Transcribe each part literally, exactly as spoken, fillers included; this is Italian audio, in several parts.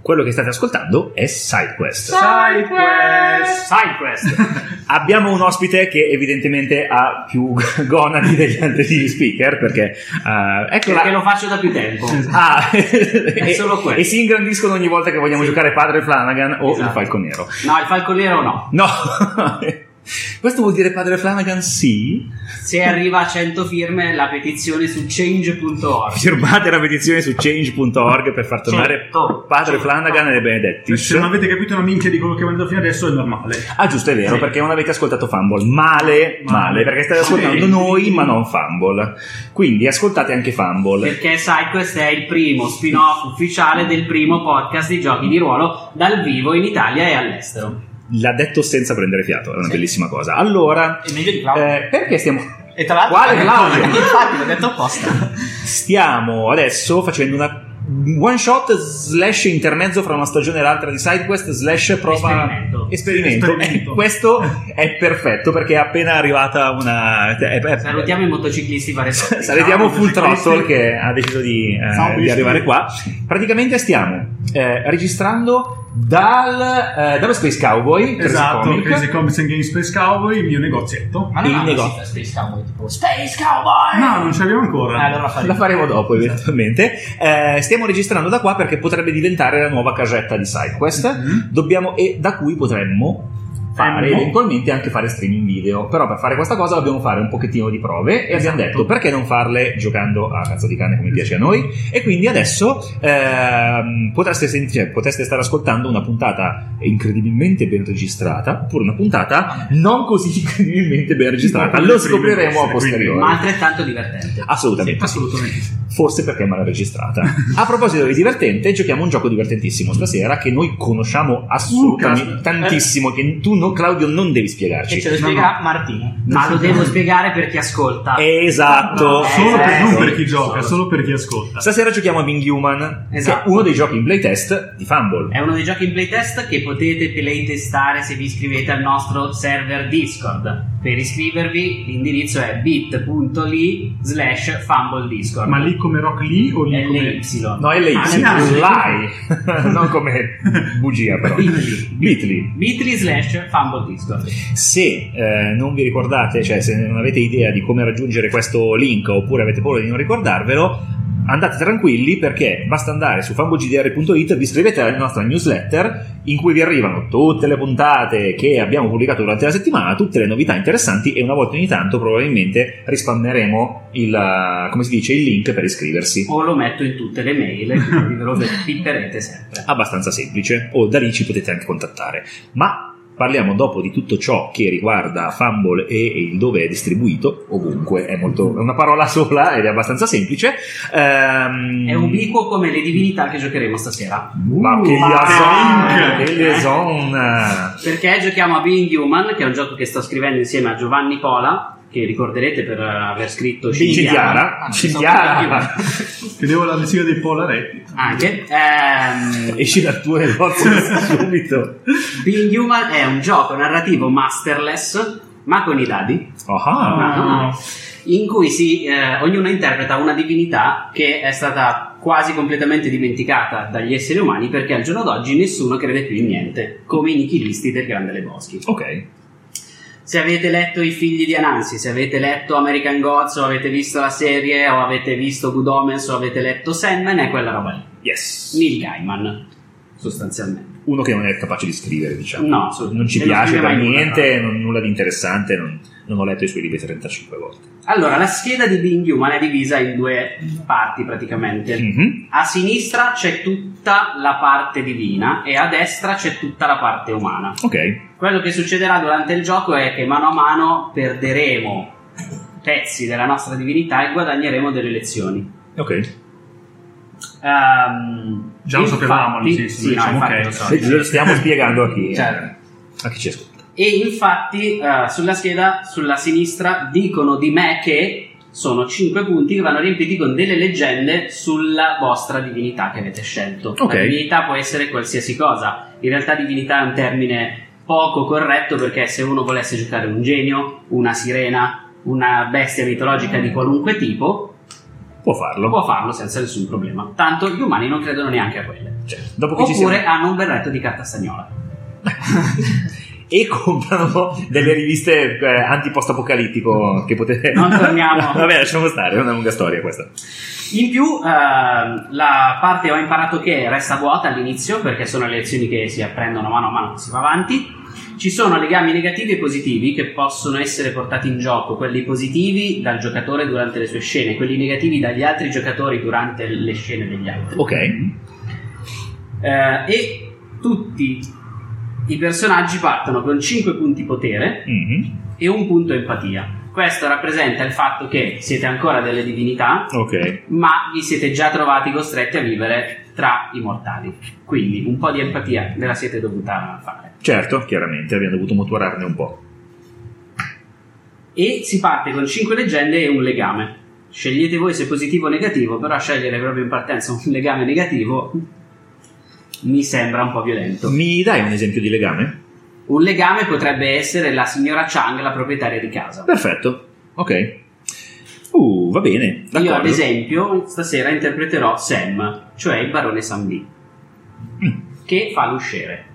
Quello che state ascoltando è SideQuest. SideQuest! SideQuest! Abbiamo un ospite che evidentemente ha più gonadi degli altri speaker, perché uh, eccola. Perché lo faccio da più tempo. Ah, è solo quello. E si ingrandiscono ogni volta che vogliamo sì. giocare Padre Flanagan o esatto. il Falco Nero. No, il Falco Nero no. No. Questo vuol dire Padre Flanagan sì. Se arriva a cento firme la petizione su change punto org. Firmate la petizione su change punto org per far tornare certo, Padre certo. Flanagan e Benedetti. Se non avete capito una minchia di quello che avete detto fino adesso è normale. Ah giusto, è vero, sì. perché non avete ascoltato Fumble. Male, male, male perché state ascoltando sì. noi ma non Fumble. Quindi ascoltate anche Fumble. Perché SideQuest è il primo spin-off ufficiale del primo podcast di giochi di ruolo dal vivo in Italia e all'estero. L'ha detto senza prendere fiato, è una sì. bellissima cosa. Allora, è meglio di Claudio. Eh, perché stiamo... E tra l'altro, quale Claudio? Infatti, l'ho detto apposta. Stiamo adesso facendo una one shot slash intermezzo fra una stagione e l'altra di SideQuest slash prova esperimento, esperimento. esperimento. Eh, questo è perfetto perché è appena arrivata una è, è, salutiamo i motociclisti paresoti. Salutiamo Full Throttle che ha deciso di, eh, di arrivare qua. Praticamente stiamo eh, registrando dal eh, dallo Space Cowboy, esatto, Crazy Crazy Comics and Games Space Cowboy, il mio negozietto. Ma non il ha negozio Space Cowboy tipo Space Cowboy. No, non ce l'abbiamo ancora. Eh, allora faremo. La faremo dopo eventualmente. Eh, stiamo registrando da qua perché potrebbe diventare la nuova casetta di SideQuest. Mm-hmm. Dobbiamo e da cui potremmo fare Emmo. eventualmente anche fare streaming video. Però per fare questa cosa dobbiamo fare un pochettino di prove e esatto. abbiamo detto perché non farle giocando a cazzo di cane come piace a noi. E quindi adesso ehm, potreste, sentire, poteste stare ascoltando una puntata incredibilmente ben registrata oppure una puntata non così incredibilmente ben registrata. Lo scopriremo a posteriori, ma altrettanto divertente. Assolutamente, sì, assolutamente sì. Forse perché è mal registrata. A proposito di divertente, giochiamo un gioco divertentissimo stasera che noi conosciamo assolutamente uh, tantissimo, che tu no, Claudio non devi spiegarci. E ce lo spiega Martino. Ma lo devo spiegare per chi ascolta. Esatto. No, solo eh, per, non sì, per chi gioca, solo. solo per chi ascolta. Stasera giochiamo a Being Human, esatto. che è uno dei giochi in playtest di Fumble. È uno dei giochi in playtest che potete playtestare se vi iscrivete al nostro server Discord. Per iscrivervi l'indirizzo è bit.ly slash Fumble Discord. Ma lì come Rock Lee o lì come... L Y. No, è lei, Ah, sì, sì. Lai. Non come bugia però. Bitly. Bitly. Bitly slash Fumble Discord. Se eh, non vi ricordate, cioè se non avete idea di come raggiungere questo link oppure avete paura di non ricordarvelo, andate tranquilli perché basta andare su fumble g d r punto it, vi iscrivete alla nostra newsletter in cui vi arrivano tutte le puntate che abbiamo pubblicato durante la settimana, tutte le novità interessanti e una volta ogni tanto probabilmente rispammeremo il, come si dice, il link per iscriversi. O lo metto in tutte le mail, quindi ve lo pipperete sempre. Abbastanza semplice, o da lì ci potete anche contattare. Ma parliamo dopo di tutto ciò che riguarda Fumble e il dove è distribuito, ovunque, è, molto, è una parola sola ed è abbastanza semplice. Ehm... È ubiquo come le divinità che giocheremo stasera. Ma che liaison! Che liaison! Perché giochiamo a Being Human, che è un gioco che sto scrivendo insieme a Giovanni Pola, che ricorderete per aver scritto Cinghiara. Cinghiara. Vedevo la sigla dei Polaretti. Anche. Ehm... Esci dal tuo negozio subito. Being Human è un gioco narrativo masterless, ma con i dadi. Ah. In cui si, eh, ognuno interpreta una divinità che è stata quasi completamente dimenticata dagli esseri umani perché al giorno d'oggi nessuno crede più in niente, come i nichilisti del Grande Lebowski. Ok. Se avete letto I figli di Anansi, se avete letto American Gods, o avete visto la serie, o avete visto Good Omens, o avete letto Sandman, è quella roba lì. Yes. Neil Gaiman, sostanzialmente. Uno che non è capace di scrivere, diciamo. No, non ci e non piace scrive per mai niente, non, nulla di interessante, non, non ho letto i suoi libri trentacinque volte. Allora, la scheda di Being Human è divisa in due parti praticamente. Mm-hmm. A sinistra c'è tutta la parte divina e a destra c'è tutta la parte umana. Ok. Quello che succederà durante il gioco è che mano a mano perderemo pezzi della nostra divinità e guadagneremo delle lezioni. Ok. Um, Già lo sapevamo all'inizio, sì, diciamo, no, infatti ok. lo so. Lo stiamo spiegando a chi, Certo. a chi ci ascolta. E infatti uh, sulla scheda, sulla sinistra, dicono di me che sono cinque punti che vanno riempiti con delle leggende sulla vostra divinità che avete scelto. Ok. La divinità può essere qualsiasi cosa. In realtà divinità è un termine poco corretto perché se uno volesse giocare un genio, una sirena, una bestia mitologica di qualunque tipo, può farlo. può farlo senza nessun problema. Tanto gli umani non credono neanche a quelle. Cioè, dopo che Oppure ci siamo... hanno un berretto di carta stagnola. e comprano delle riviste eh, anti-post-apocalittico che potete... Non torniamo. Vabbè, lasciamo stare, è una lunga storia questa. In più, eh, la parte ho imparato che resta vuota all'inizio, perché sono le lezioni che si apprendono mano a mano che si va avanti. Ci sono legami negativi e positivi che possono essere portati in gioco, quelli positivi dal giocatore durante le sue scene, quelli negativi dagli altri giocatori durante le scene degli altri. Ok. Eh, e tutti i personaggi partono con cinque punti potere Mm-hmm. e un punto empatia. Questo rappresenta il fatto che siete ancora delle divinità, Ok. ma vi siete già trovati costretti a vivere tra i mortali. Quindi un po' di empatia ve la siete dovuta fare. Certo, chiaramente, abbiamo dovuto mutuarne un po'. E si parte con cinque leggende e un legame. Scegliete voi se positivo o negativo, però scegliere proprio in partenza un legame negativo mi sembra un po' violento. Mi dai un esempio di legame? Un legame potrebbe essere la signora Chang, la proprietaria di casa. Perfetto, ok. Uh, va bene, d'accordo. Io ad esempio stasera interpreterò Sam, cioè il barone Samdi, Mm. che fa l'usciere.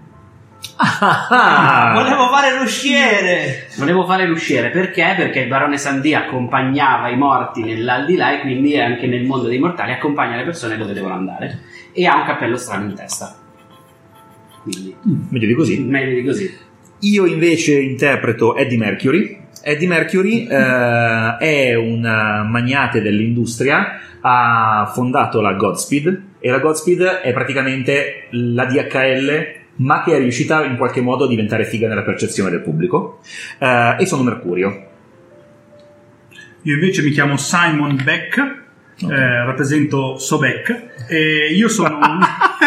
Ah, Volevo fare l'usciere. Volevo fare l'usciere perché? Perché il barone Samdi accompagnava i morti nell'aldilà e quindi anche nel mondo dei mortali accompagna le persone dove devono andare, e ha un cappello strano in testa. Quindi meglio di così. meglio di così. Io invece interpreto Eddie Mercury. Eddie Mercury eh, è un magnate dell'industria, ha fondato la Godspeed e la Godspeed è praticamente la D H L, ma che è riuscita in qualche modo a diventare figa nella percezione del pubblico, eh, e sono Mercurio. Io invece mi chiamo Simon Beck, eh, rappresento Sobek e io sono un...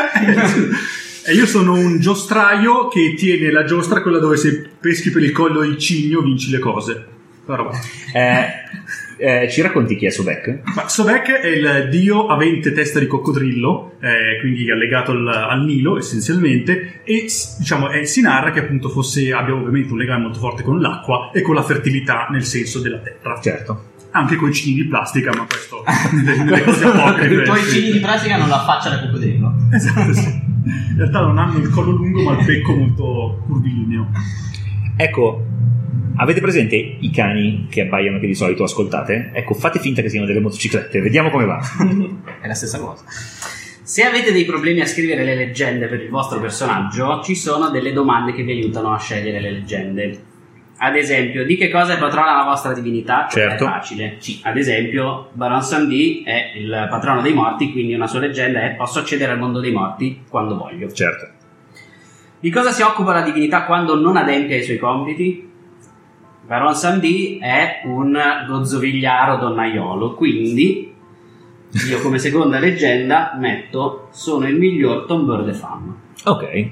E io sono un giostraio che tiene la giostra, quella dove se peschi per il collo il cigno vinci le cose. Però, Eh, eh, ci racconti chi è Sobek? ma Sobek è il dio avente testa di coccodrillo, eh, quindi allegato al, al Nilo essenzialmente, e s- diciamo è, si narra che appunto fosse, abbia ovviamente un legame molto forte con l'acqua e con la fertilità nel senso della terra. Certo. Anche con i cigni di plastica, ma questo nelle, nelle cose apocrife. I tuoi sì. cigni di plastica non la faccia da coccodrillo. Esatto, sì. In realtà non hanno il collo lungo ma il becco molto curvilineo. Ecco, avete presente i cani che abbaiano che di solito ascoltate? Ecco, fate finta che siano delle motociclette, vediamo come va. È la stessa cosa. Se avete dei problemi a scrivere le leggende per il vostro personaggio, ci sono delle domande che vi aiutano a scegliere le leggende. Ad esempio, di che cosa è patrona la vostra divinità? Certo. È facile. Sì. Ad esempio, Baron Samdi è il patrono dei morti, quindi una sua leggenda è: posso accedere al mondo dei morti quando voglio. Certo. Di cosa si occupa la divinità quando non adempie ai suoi compiti? Baron Samdi è un gozzovigliaro donnaiolo, quindi io come seconda leggenda metto: sono il miglior tombeur de femme. Ok.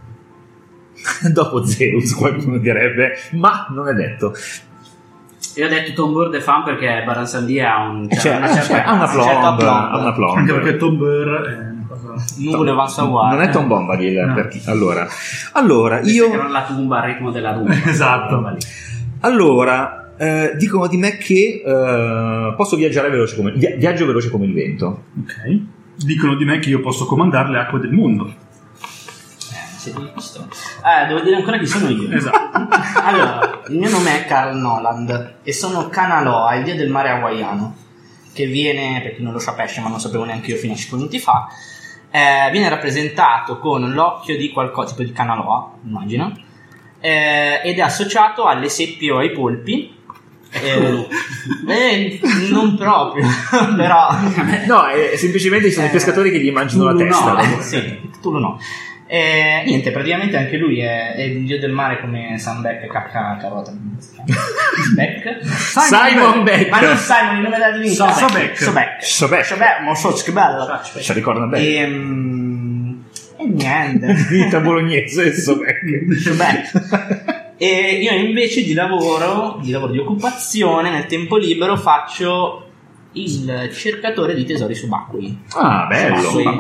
Dopo Zeus qualcuno direbbe, ma non è detto. Io ho detto tombeur de femme perché Baron Samdi ha un, Eh, cioè, una eh, certa cioè, ha una classe. plomb, certa plomb. ha una plomb. Anche perché Tom Burr è una cosa... Nuvole van Savoie. Non è Tom Bombadil, No. per chi- allora, allora Questa io era la tumba al ritmo della rumba. Esatto. Roba lì. allora eh, dicono di me che eh, posso viaggiare veloce come via- viaggio veloce come il vento. Ok. Dicono di me che io posso comandare le acque del mondo. Sei visto? Eh, devo dire ancora chi sono io. Esatto. Allora, il mio nome è Carl Noland e sono Kanaloa, il dio del mare hawaiano, che viene, per chi non lo sapesse, ma non sapevo neanche io fino a cinque minuti fa, eh, viene rappresentato con l'occhio di qualcosa, tipo di Kanaloa, immagino, eh, ed è associato alle seppie o ai polpi. Eh, eh, non proprio, però... No, è, semplicemente ci sono i pescatori che gli mangiano la Cthulhu testa. no. Sì, Cthulhu no. Eh, niente, praticamente anche lui è, è il dio del mare come Sam Beck, cacca carota. Beck? Simon Beck. Ma non Simon, il nome della divinità. Sobek. Sobek. Sobek. Sobek, ma so che bello. Ci ricordano bene. E, mm, e niente. Vita bolognese, Sobek. Sobek. E io invece di lavoro, di lavoro di occupazione, nel tempo libero faccio il cercatore di tesori subacquei. Ah, bello.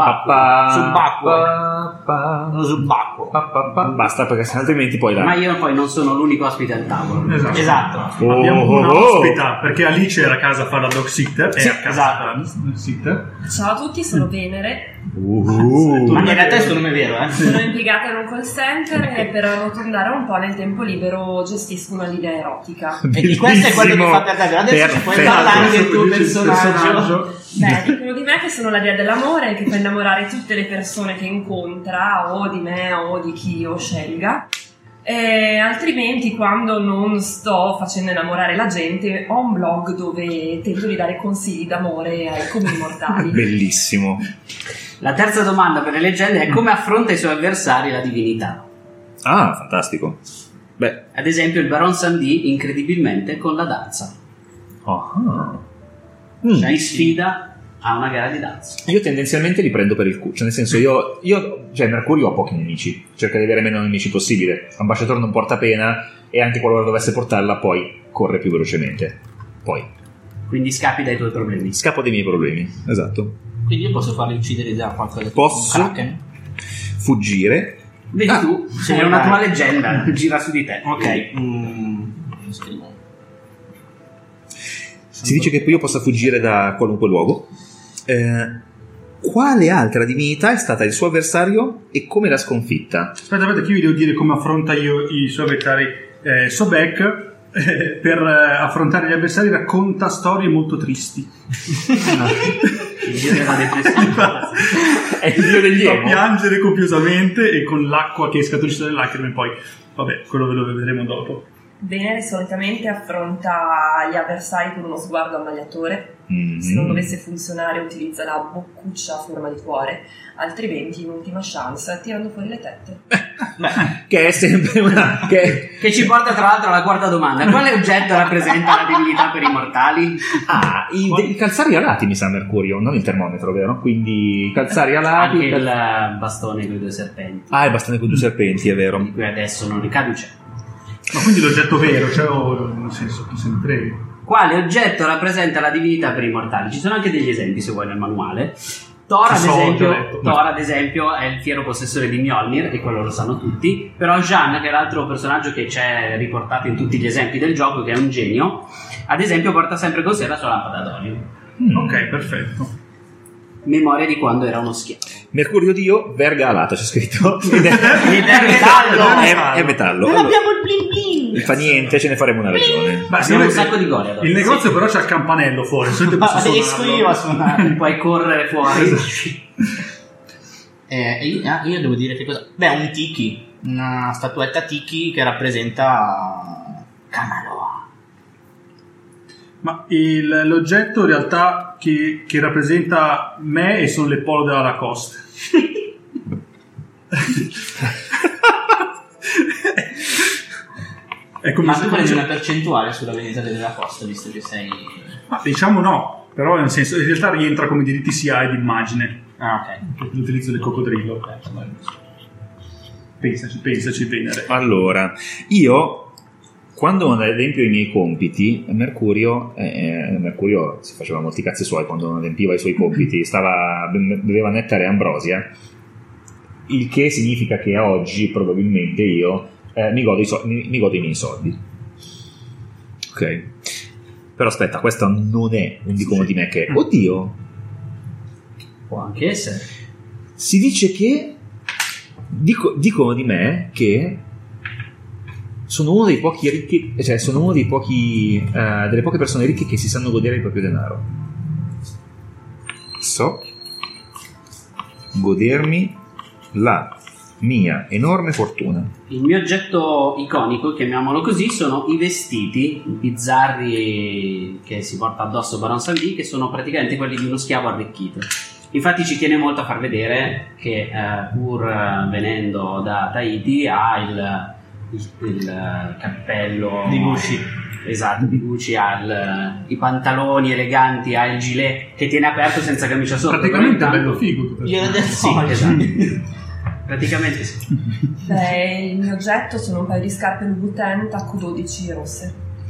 Subacqueo. Subacqueo. Basta, perché se altrimenti poi la... Ma io poi non sono l'unico ospite al tavolo. Esatto. Esatto. Oh, Abbiamo oh, una oh. ospita, perché Alice era a casa a fare la dog sitter. Sì, è a casa esatto. a fare la dog sitter. Ciao a tutti, sono Venere. Uh, Ma in realtà questo non è vero, eh. Sono impiegata in un call center e per arrotondare un po' nel tempo libero gestisco una linea erotica. E di questo è quello che fa per te. Adesso ci puoi Perfetto. parlare anche il tuo Dici il personaggio. Beh, dicono di me che sono la dea dell'amore, che fa innamorare tutte le persone che incontra, o di me o di chi io scelga. E altrimenti, quando non sto facendo innamorare la gente, ho un blog dove tento di dare consigli d'amore ai comuni mortali. Bellissimo. La terza domanda per le leggende è: come affronta i suoi avversari la divinità? Ah, fantastico. Beh, Ad esempio il Baron Samedi incredibilmente con la danza. ah. Mm. Cioè in sfida a una gara di danza. Io tendenzialmente li prendo per il culo, cioè nel senso io, io cioè Mercurio ha pochi nemici, cerca di avere meno nemici possibile, Ambasciatore non porta pena e anche qualora dovesse portarla poi corre più velocemente, poi Quindi scappi dai tuoi problemi. scappo dei miei problemi, esatto. Quindi io posso farli uccidere da qualcosa. Posso Un kraken? fuggire. Vedi Ah, tu, sì, è una dai. tua leggenda, gira su di te. Ok. Mm, scrivo. Si dice che io possa fuggire da qualunque luogo. Eh, quale altra divinità è stata il suo avversario e come l'ha sconfitta? Aspetta, aspetta, che io vi devo dire come affronta io i suoi avversari. Eh, Sobek eh, per eh, affrontare gli avversari racconta storie molto tristi. Il dio della depressione. È il dio degli Fa emo. piangere copiosamente e con l'acqua che scaturisce dalle lacrime. Poi, vabbè, quello ve lo vedremo dopo. Venere solitamente affronta gli avversari con uno sguardo ammagliatore. Mm. Se non dovesse funzionare utilizza la boccuccia a forma di cuore, altrimenti in ultima chance tirando fuori le tette. Che è sempre una... Che... Che ci porta tra l'altro alla quarta domanda: quale oggetto rappresenta la divinità per i mortali? Ah, i, i calzari alati mi sa Mercurio, non il termometro, vero? Quindi i calzari alati... Anche il bastone con i due serpenti, Ah, il bastone con due serpenti, è vero. di cui adesso non ricaduce. Ma quindi l'oggetto vero, cioè, o nel senso, chi se ne frega. Quale oggetto rappresenta la divinità per i mortali? Ci sono anche degli esempi se vuoi nel manuale. Thor ad, Ci sono, esempio, ti ho detto. Thor ad esempio è il fiero possessore di Mjolnir, e quello lo sanno tutti. Però Jeanne, che è l'altro personaggio che c'è riportato in tutti gli esempi del gioco, che è un genio, ad esempio porta sempre con sé la sua lampada d'olio, Mm. Ok, perfetto. memoria di quando era uno schiavo. Mercurio Dio, verga alata, c'è scritto. Ed è, Ed è metallo! è, è metallo. Non Allora, abbiamo il blin blin. non fa niente, ce ne faremo una ragione. Beh, Abbiamo un sì, sacco di gole il negozio però c'ha il campanello fuori, di solito posso Ma esco io a suonarlo. suonare. Puoi correre fuori. Eh, io, ah, io devo dire che cosa. Beh, un tiki. Una statuetta tiki che rappresenta Kamaloa. Ma il- l'oggetto in realtà che, che rappresenta me e sono le polo della Lacoste. È come Ma se tu prendi fosse- una percentuale sulla vendita della costa, visto che sei. Ma diciamo no, però nel senso in realtà rientra come diritti C I d'immagine Ah, ok. l'utilizzo del coccodrillo. Pensaci, pensaci Venere. Allora, io quando non adempio i miei compiti, Mercurio, eh, Mercurio si faceva molti cazzi suoi quando non adempiva i suoi compiti, stava, beveva nettare e ambrosia, il che significa che a oggi probabilmente io eh, mi, godo i so- mi, mi godo i miei soldi. Ok. Però aspetta, questo non è un dicono di me che, oddio, Può anche essere. si dice che dico- dicono di me che sono uno dei pochi ricchi, cioè sono uno dei pochi eh, delle poche persone ricche che si sanno godere il proprio denaro. So godermi la mia enorme fortuna. Il mio oggetto iconico, chiamiamolo così, sono i vestiti bizzarri che si porta addosso Baron Samedi, che sono praticamente quelli di uno schiavo arricchito. Infatti ci tiene molto a far vedere che eh, pur eh, venendo da Tahiti ha il, il, il eh, cappello Di Gucci. Esatto, di Gucci, ha il- i pantaloni eleganti, ha il gilet che tiene aperto senza camicia sotto. Praticamente è però bello intanto- figo tutto Io questo. adesso Sì, esatto. Praticamente sì. Beh, il mio oggetto sono un paio di scarpe Louboutin tacco dodici rosse.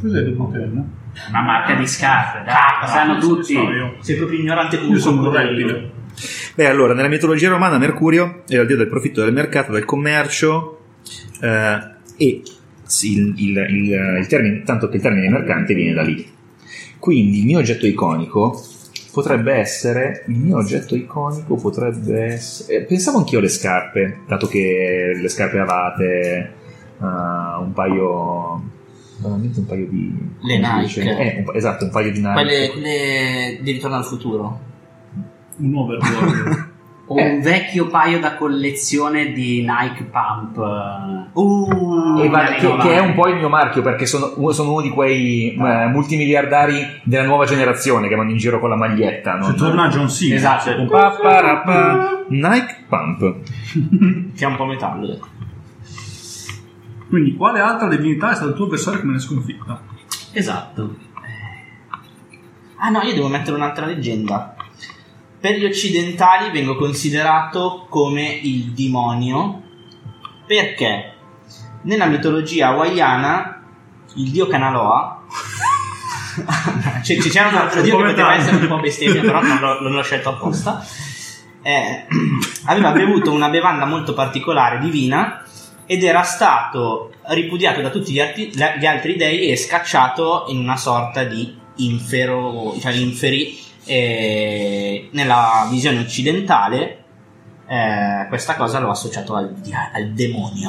Cos'è dopo terra? Una marca di scarpe, dai, Ah, sanno tutti. So io. Sei proprio ignorante come Io sono un coccodrillo. rettile. Beh, allora, nella mitologia romana Mercurio era il dio del profitto, del mercato, del commercio eh, e sì, il, il, il, il termine, tanto che il termine mercante viene da lì. Quindi il mio oggetto iconico potrebbe essere il mio oggetto iconico potrebbe essere eh, pensavo anch'io alle scarpe, dato che le scarpe avate uh, un paio veramente un paio di Le come si Nike. dice? Eh, un pa- esatto, un paio di Nike. Quelle, quelle di Ritorno al futuro. Un overboard. O un vecchio paio da collezione di Nike Pump. Uh, E va- anni che, novanta. che è un po' il mio marchio, perché sono, sono uno di quei eh, multimiliardari della nuova generazione che vanno in giro con la maglietta, no? Se torna John Cena. Esatto. Un pa- pa- ra- pa- Nike Pump. che è un po' metallo. ecco. Quindi, quale altra divinità è stato il tuo avversario che me ne sconfitta? Esatto. Ah no, io devo mettere un'altra leggenda. Per gli occidentali vengo considerato come il demonio perché nella mitologia hawaiana il dio Kanaloa cioè, c'era un altro dio che poteva essere un po' bestemmia, però non l'ho, non l'ho scelto apposta. Eh, aveva bevuto una bevanda molto particolare divina ed era stato ripudiato da tutti gli, arti- gli altri dei e scacciato in una sorta di infero, cioè inferi. E nella visione occidentale eh, questa cosa l'ho associato al, al demonio.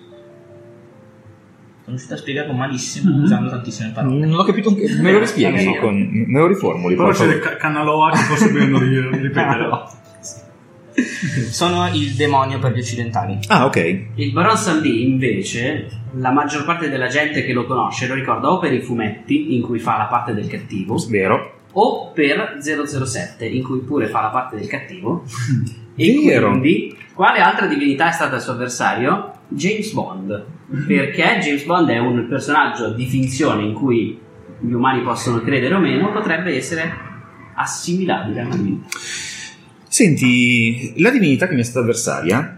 Sono riuscito a spiegarlo malissimo Mhm. usando tantissime parole. Non ho capito, un- me lo rispieghi, Eh, con- me lo riformuli. Però per c'è favore. Ca- Canaloa che sto seguendo di di ripetere. Sono il demonio per gli occidentali. Ah, ok. Il Baron Samedi invece, la maggior parte della gente che lo conosce lo ricorda o per i fumetti in cui fa la parte del cattivo, Vero. o per zero zero sette in cui pure fa la parte del cattivo. E Vero. quindi quale altra divinità è stata il suo avversario? James Bond, perché James Bond è un personaggio di finzione in cui gli umani possono credere o meno, potrebbe essere assimilabile a una divinità. Senti, la divinità che mi è stata avversaria,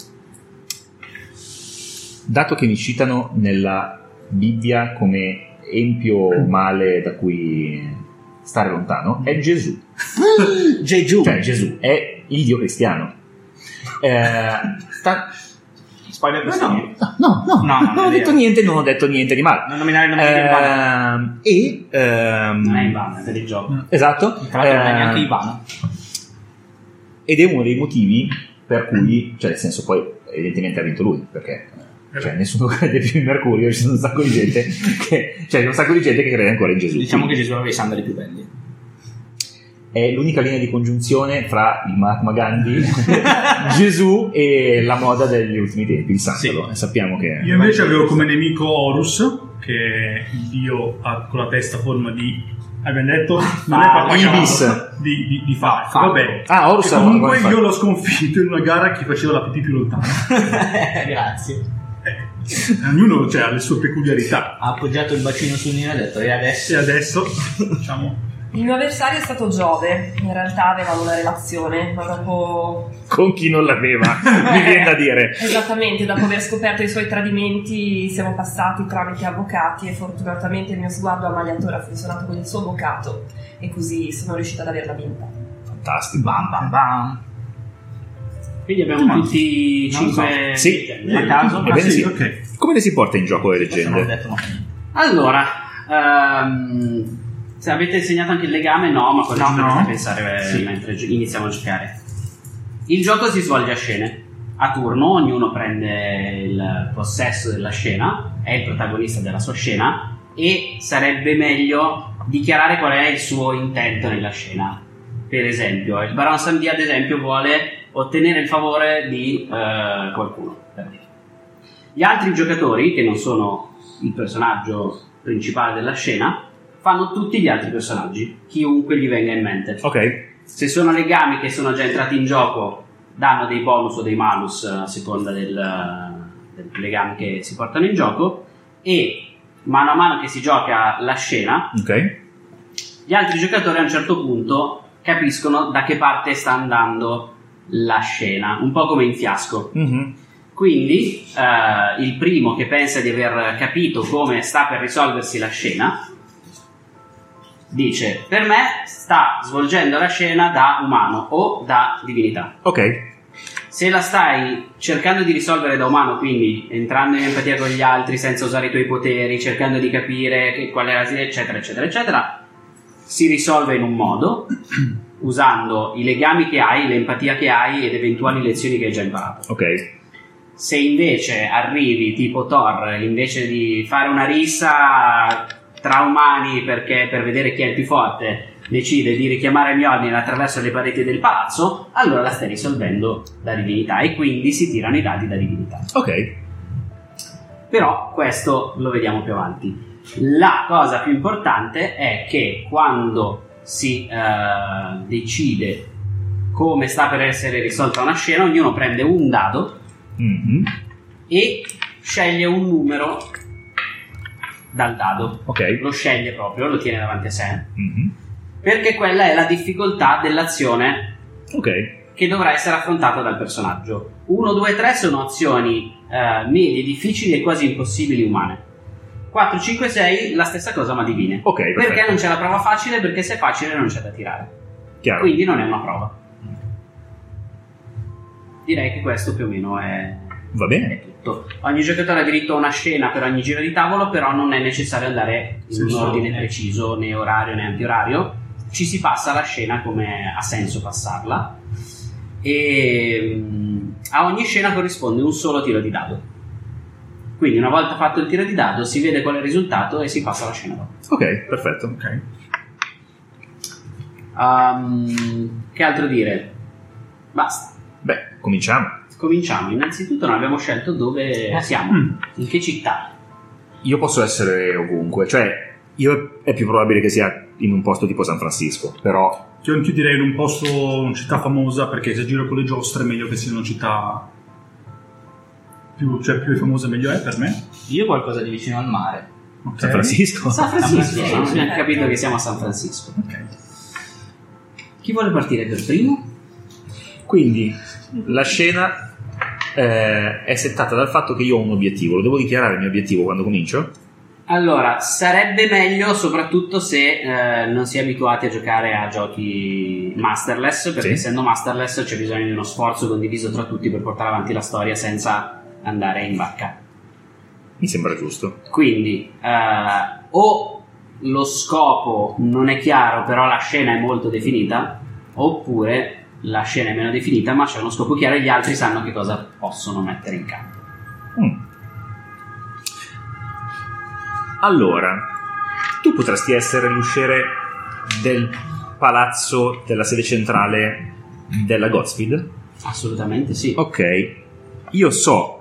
dato che mi citano nella Bibbia come empio male da cui stare lontano, è Gesù. Gesù. Cioè Gesù è il Dio cristiano. Eh, sta- Spoiler No, bestemmia. no, no, no, No, non non è ho detto vero. niente, non ho detto niente di male. Non nominare il nome di Ivano. Ehm, e ehm, Non è in vano, è per il gioco. esatto. Tra l'altro non è ehm, neanche Ivano. ed è uno dei motivi per cui, cioè nel senso, poi evidentemente ha vinto lui, perché cioè, nessuno crede più in Mercurio, ci sono un sacco di gente che, cioè c'è un sacco di gente che crede ancora in Gesù. Diciamo che Gesù aveva i sandali più belli. È l'unica linea di congiunzione fra il Mahatma Gandhi, Gesù e la moda degli ultimi tempi, il sandalo. E sappiamo che Io invece avevo come nemico Horus, che è il dio ha- con la testa a forma di... abbiamo detto? Non è Ah, pappagallo, Ibis. Di, di, di falco. Falco. Vabbè. Ah, Horus E ha- comunque ha- io l'ho sconfitto in una gara che faceva la pipì più lontana. Grazie. Eh, ognuno cioè, ha le sue peculiarità. Ha appoggiato il bacino sul nido e ha detto e adesso? E adesso, diciamo... Il mio avversario è stato Giove, in realtà avevamo una relazione, ma dopo... con chi non l'aveva, mi viene da dire. Esattamente, dopo aver scoperto i suoi tradimenti siamo passati tramite avvocati e fortunatamente il mio sguardo ammaliatore ha funzionato con il suo avvocato e così sono riuscita ad averla vinta. Fantastico. Bam bam bam. Quindi abbiamo tutti Non so. cinque Sì. leggende. A caso? Ebbene Ah, sì, sì. ok. Come le si porta in gioco le Questo non l'ho leggende? detto, no. Allora, ehm, se avete insegnato anche il legame, no, ma quello No, ci dovete no. pensare Sì. mentre gi- iniziamo a giocare. Il gioco si svolge a scene. A turno ognuno prende il possesso della scena, è il protagonista della sua scena e sarebbe meglio dichiarare qual è il suo intento nella scena. Per esempio, il Baron Samedi ad esempio vuole ottenere il favore di eh, qualcuno. per dire. Gli altri giocatori, che non sono il personaggio principale della scena, fanno tutti gli altri personaggi, chiunque gli venga in mente. Ok. Se sono legami che sono già entrati in gioco, danno dei bonus o dei malus a seconda del, del legame che si portano in gioco, e mano a mano che si gioca la scena, Ok. gli altri giocatori a un certo punto capiscono da che parte sta andando la scena, un po' come in Fiasco. Mhm. Quindi eh, il primo che pensa di aver capito come sta per risolversi la scena dice: per me sta svolgendo la scena da umano o da divinità. Ok. Se la stai cercando di risolvere da umano, quindi entrando in empatia con gli altri senza usare i tuoi poteri, cercando di capire che, qual è la eccetera eccetera eccetera, si risolve in un modo usando i legami che hai, l'empatia che hai ed eventuali lezioni che hai già imparato. Ok. Se invece arrivi tipo Thor, invece di fare una rissa tra umani perché per vedere chi è il più forte decide di richiamare Mjolnir attraverso le pareti del palazzo, allora la stai risolvendo da divinità e quindi si tirano i dadi da divinità. Ok. Però questo lo vediamo più avanti. La cosa più importante è che quando si eh, decide come sta per essere risolta una scena, ognuno prende un dado Mm-hmm. e sceglie un numero dal dado. Ok. Lo sceglie proprio, lo tiene davanti a sé, Mm-hmm. perché quella è la difficoltà dell'azione Ok. che dovrà essere affrontata dal personaggio. uno, due, tre sono azioni eh, medie, difficili e quasi impossibili umane. quattro, cinque, sei la stessa cosa ma divine. Ok, perché perfetto. non c'è la prova facile? Perché se è facile non c'è da tirare. Chiaro. Quindi non è una prova. Direi che questo più o meno è Va bene. tutto. Ogni giocatore ha diritto a una scena per ogni giro di tavolo, però non è necessario andare in Sì, un sì. ordine preciso, né orario né antiorario. Ci si passa la scena come ha senso passarla e mm, a ogni scena corrisponde un solo tiro di dado. Quindi una volta fatto il tiro di dado si vede qual è il risultato e si passa la scena dopo. Ok, perfetto. Ok. Um, che altro dire? Basta. Beh, cominciamo. Cominciamo. Innanzitutto non abbiamo scelto dove siamo, Mm. in che città. Io posso essere ovunque, cioè io è più probabile che sia in un posto tipo San Francisco, però Io anche direi in un posto, una città famosa, perché se giro con le giostre è meglio che sia una città più, cioè più famosa meglio è per me. Io qualcosa di vicino al mare. Ok. San Francisco. San Francisco, San Francisco. abbiamo capito che siamo a San Francisco. Ok. Chi vuole partire per primo? Quindi la scena eh, è settata dal fatto che io ho un obiettivo. Lo devo dichiarare il mio obiettivo quando comincio? Allora, sarebbe meglio soprattutto se eh, non si è abituati a giocare a giochi masterless, perché Sì. essendo masterless c'è bisogno di uno sforzo condiviso tra tutti per portare avanti la storia senza andare in vacca. Mi sembra giusto. Quindi eh, o lo scopo non è chiaro però la scena è molto definita, oppure la scena è meno definita ma c'è uno scopo chiaro e gli altri sanno che cosa possono mettere in campo. Mm. Allora, tu potresti essere l'usciere del palazzo della sede centrale della Godspeed? Assolutamente sì. Ok, io so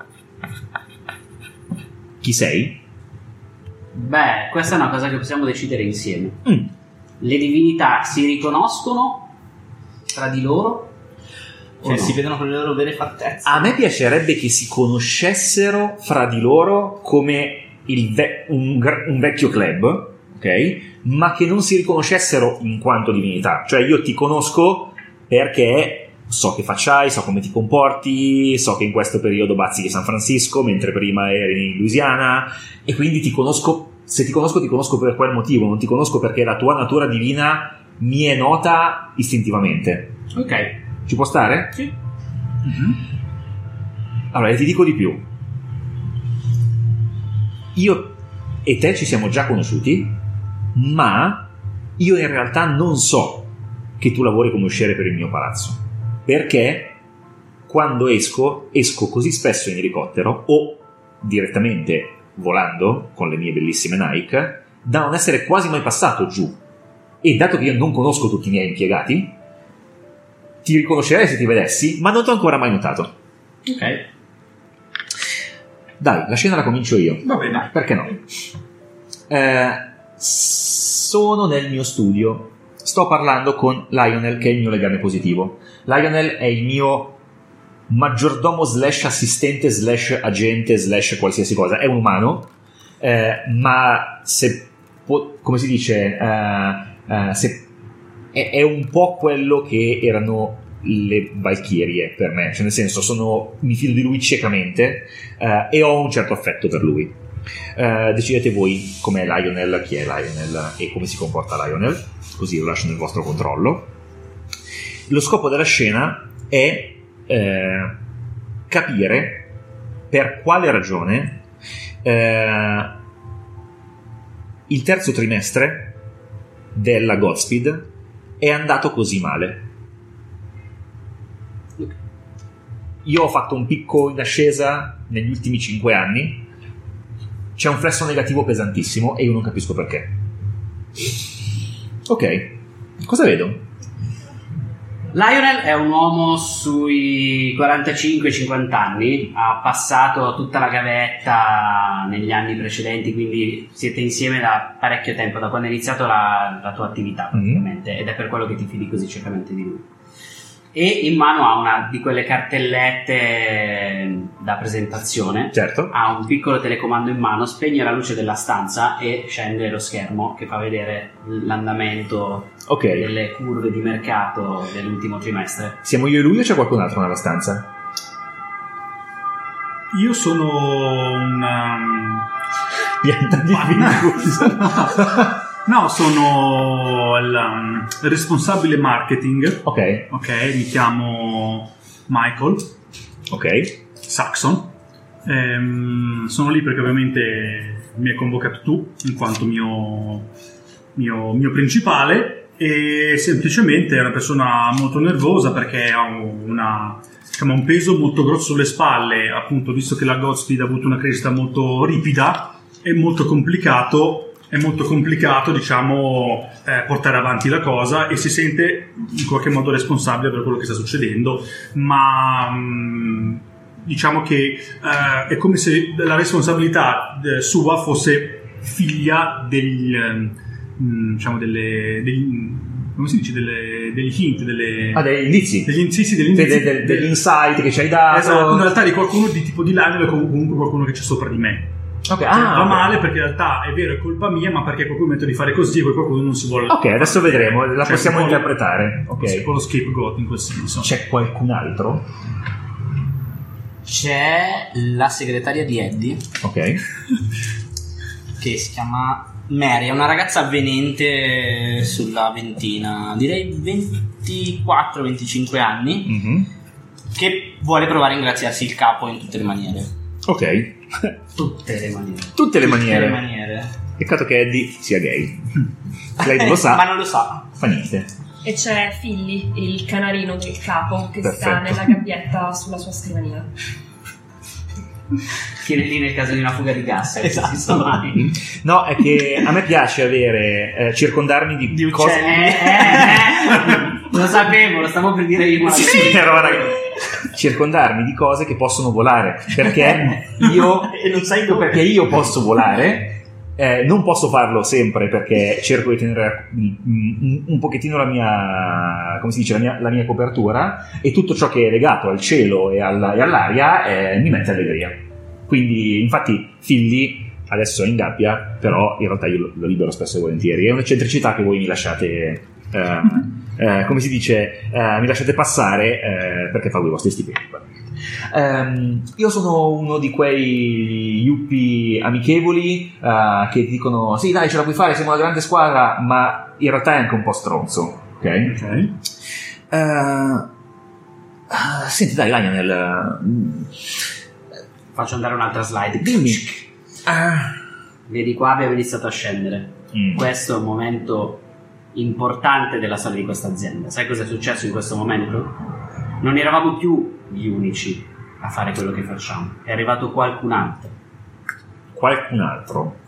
chi sei. Beh, questa è una cosa che possiamo decidere insieme. Mm. Le divinità si riconoscono tra di loro? O Cioè no? si vedono con le loro vere fattezze. A me piacerebbe che si conoscessero fra di loro come il ve- un, gra- un vecchio club, ok? Ma che non si riconoscessero in quanto divinità. Cioè io ti conosco perché so che facciai, so come ti comporti, so che in questo periodo bazzichi San Francisco mentre prima eri in Louisiana e quindi ti conosco. Se ti conosco ti conosco per quel motivo, non ti conosco perché la tua natura divina mi è nota istintivamente. Ok. Ci può stare? Sì. Allora, e ti dico di più. Io e te ci siamo già conosciuti, ma io in realtà non so che tu lavori come usciere per il mio palazzo. Perché quando esco, esco così spesso in elicottero o direttamente volando con le mie bellissime Nike, da non essere quasi mai passato giù. E dato che io non conosco tutti i miei impiegati, ti riconoscerei se ti vedessi, ma non ti ho ancora mai notato. Ok. Dai, la scena la comincio io. Va bene. Perché no? Eh, sono nel mio studio. Sto parlando con Lionel, che è il mio legame positivo. Lionel è il mio maggiordomo slash assistente slash agente slash qualsiasi cosa. È un umano, eh, ma se po- come si dice, eh, eh, se è, è un po' quello che erano le Valchirie per me, cioè nel senso sono, mi fido di lui ciecamente uh, e ho un certo affetto per lui. Uh, decidete voi com'è Lionel, chi è Lionel e come si comporta Lionel, così lo lascio nel vostro controllo. Lo scopo della scena è eh, capire per quale ragione eh, il terzo trimestre della Godspeed è andato così male. Io ho fatto un picco in ascesa negli ultimi cinque anni, c'è un flesso negativo pesantissimo e io non capisco perché. Ok, cosa vedo? Lionel è un uomo sui quarantacinque cinquanta anni, ha passato tutta la gavetta negli anni precedenti, quindi siete insieme da parecchio tempo, da quando è iniziato la, la tua attività praticamente, mm-hmm. ed è per quello che ti fidi così ciecamente di lui. E in mano ha una di quelle cartellette da presentazione, certo. Ha un piccolo telecomando in mano, spegne la luce della stanza e scende lo schermo che fa vedere l'andamento okay. delle curve di mercato dell'ultimo trimestre. Siamo io e lui o c'è qualcun altro nella stanza? Io sono un um... niente di No, sono il um, responsabile marketing. Ok. Ok, mi chiamo Michael. Ok. Saxon. Ehm, sono lì perché ovviamente mi hai convocato tu in quanto mio, mio, mio principale, e semplicemente è una persona molto nervosa perché ha una, diciamo, un peso molto grosso sulle spalle, appunto, visto che la Godspeed ha avuto una crescita molto ripida. È molto complicato è molto complicato diciamo eh, portare avanti la cosa, e si sente in qualche modo responsabile per quello che sta succedendo, ma mh, diciamo che eh, è come se la responsabilità eh, sua fosse figlia degli mh, diciamo delle degli, come si dice delle, degli hint delle, ah, degli indizi degli indizi, degli, indizi, de, de, de, degli insight che ci hai dato, esatto, in realtà di qualcuno di tipo di Lionel o comunque qualcuno che c'è sopra di me. Okay. Cioè, Ah, va okay. male perché in realtà è vero, è colpa mia, ma perché qualcuno mette di fare così e poi qualcuno non si vuole. Ok, adesso vedremo, la cioè, possiamo un interpretare. Ok. Un po' lo scapegoat in quel senso. C'è qualcun altro? C'è la segretaria di Eddie. Ok. Che si chiama Mary, è una ragazza avvenente sulla ventina, direi ventiquattro venticinque anni, Mm-hmm. che vuole provare a ingraziarsi il capo in tutte le maniere. Ok. Tutte le maniere. Tutte le maniere. Tutte le maniere. Peccato che Eddie sia gay. Lei non lo sa. Ma non lo sa. Fa niente. E c'è Philly, il canarino del capo, che Perfetto. sta nella gabbietta sulla sua scrivania. Tiene lì nel caso di una fuga di gas. Esatto. Mai. No, è che a me piace avere eh, circondarmi di, Di cose. uccelli. Eh, eh, eh. Lo sapevo, lo stavo per dire io. Sì, sì, però, ragazzi, circondarmi di cose che possono volare, perché io E non sai dove. perché io posso volare. Eh, non posso farlo sempre perché cerco di tenere un, un pochettino la mia, come si dice, la mia, la mia copertura, e tutto ciò che è legato al cielo e, alla, e all'aria eh, mi mette allegria. Quindi, infatti, Philly adesso è in gabbia, però in realtà io lo, lo libero spesso e volentieri. È un'eccentricità che voi mi lasciate, eh, eh, come si dice, eh, mi lasciate passare eh, perché fa voi i vostri stipendi. Um, io sono uno di quei yuppie amichevoli uh, che dicono sì dai ce la puoi fare, siamo una grande squadra, ma in realtà è anche un po' stronzo, ok? Ok. Uh, uh, senti dai Lionel, uh, Faccio andare un'altra slide. dimmi uh, Vedi qua abbiamo iniziato a scendere. mm. Questo è un momento importante della storia di questa azienda. Sai cosa è successo in questo momento? Non eravamo più gli unici a fare quello che facciamo, è arrivato qualcun altro. qualcun altro,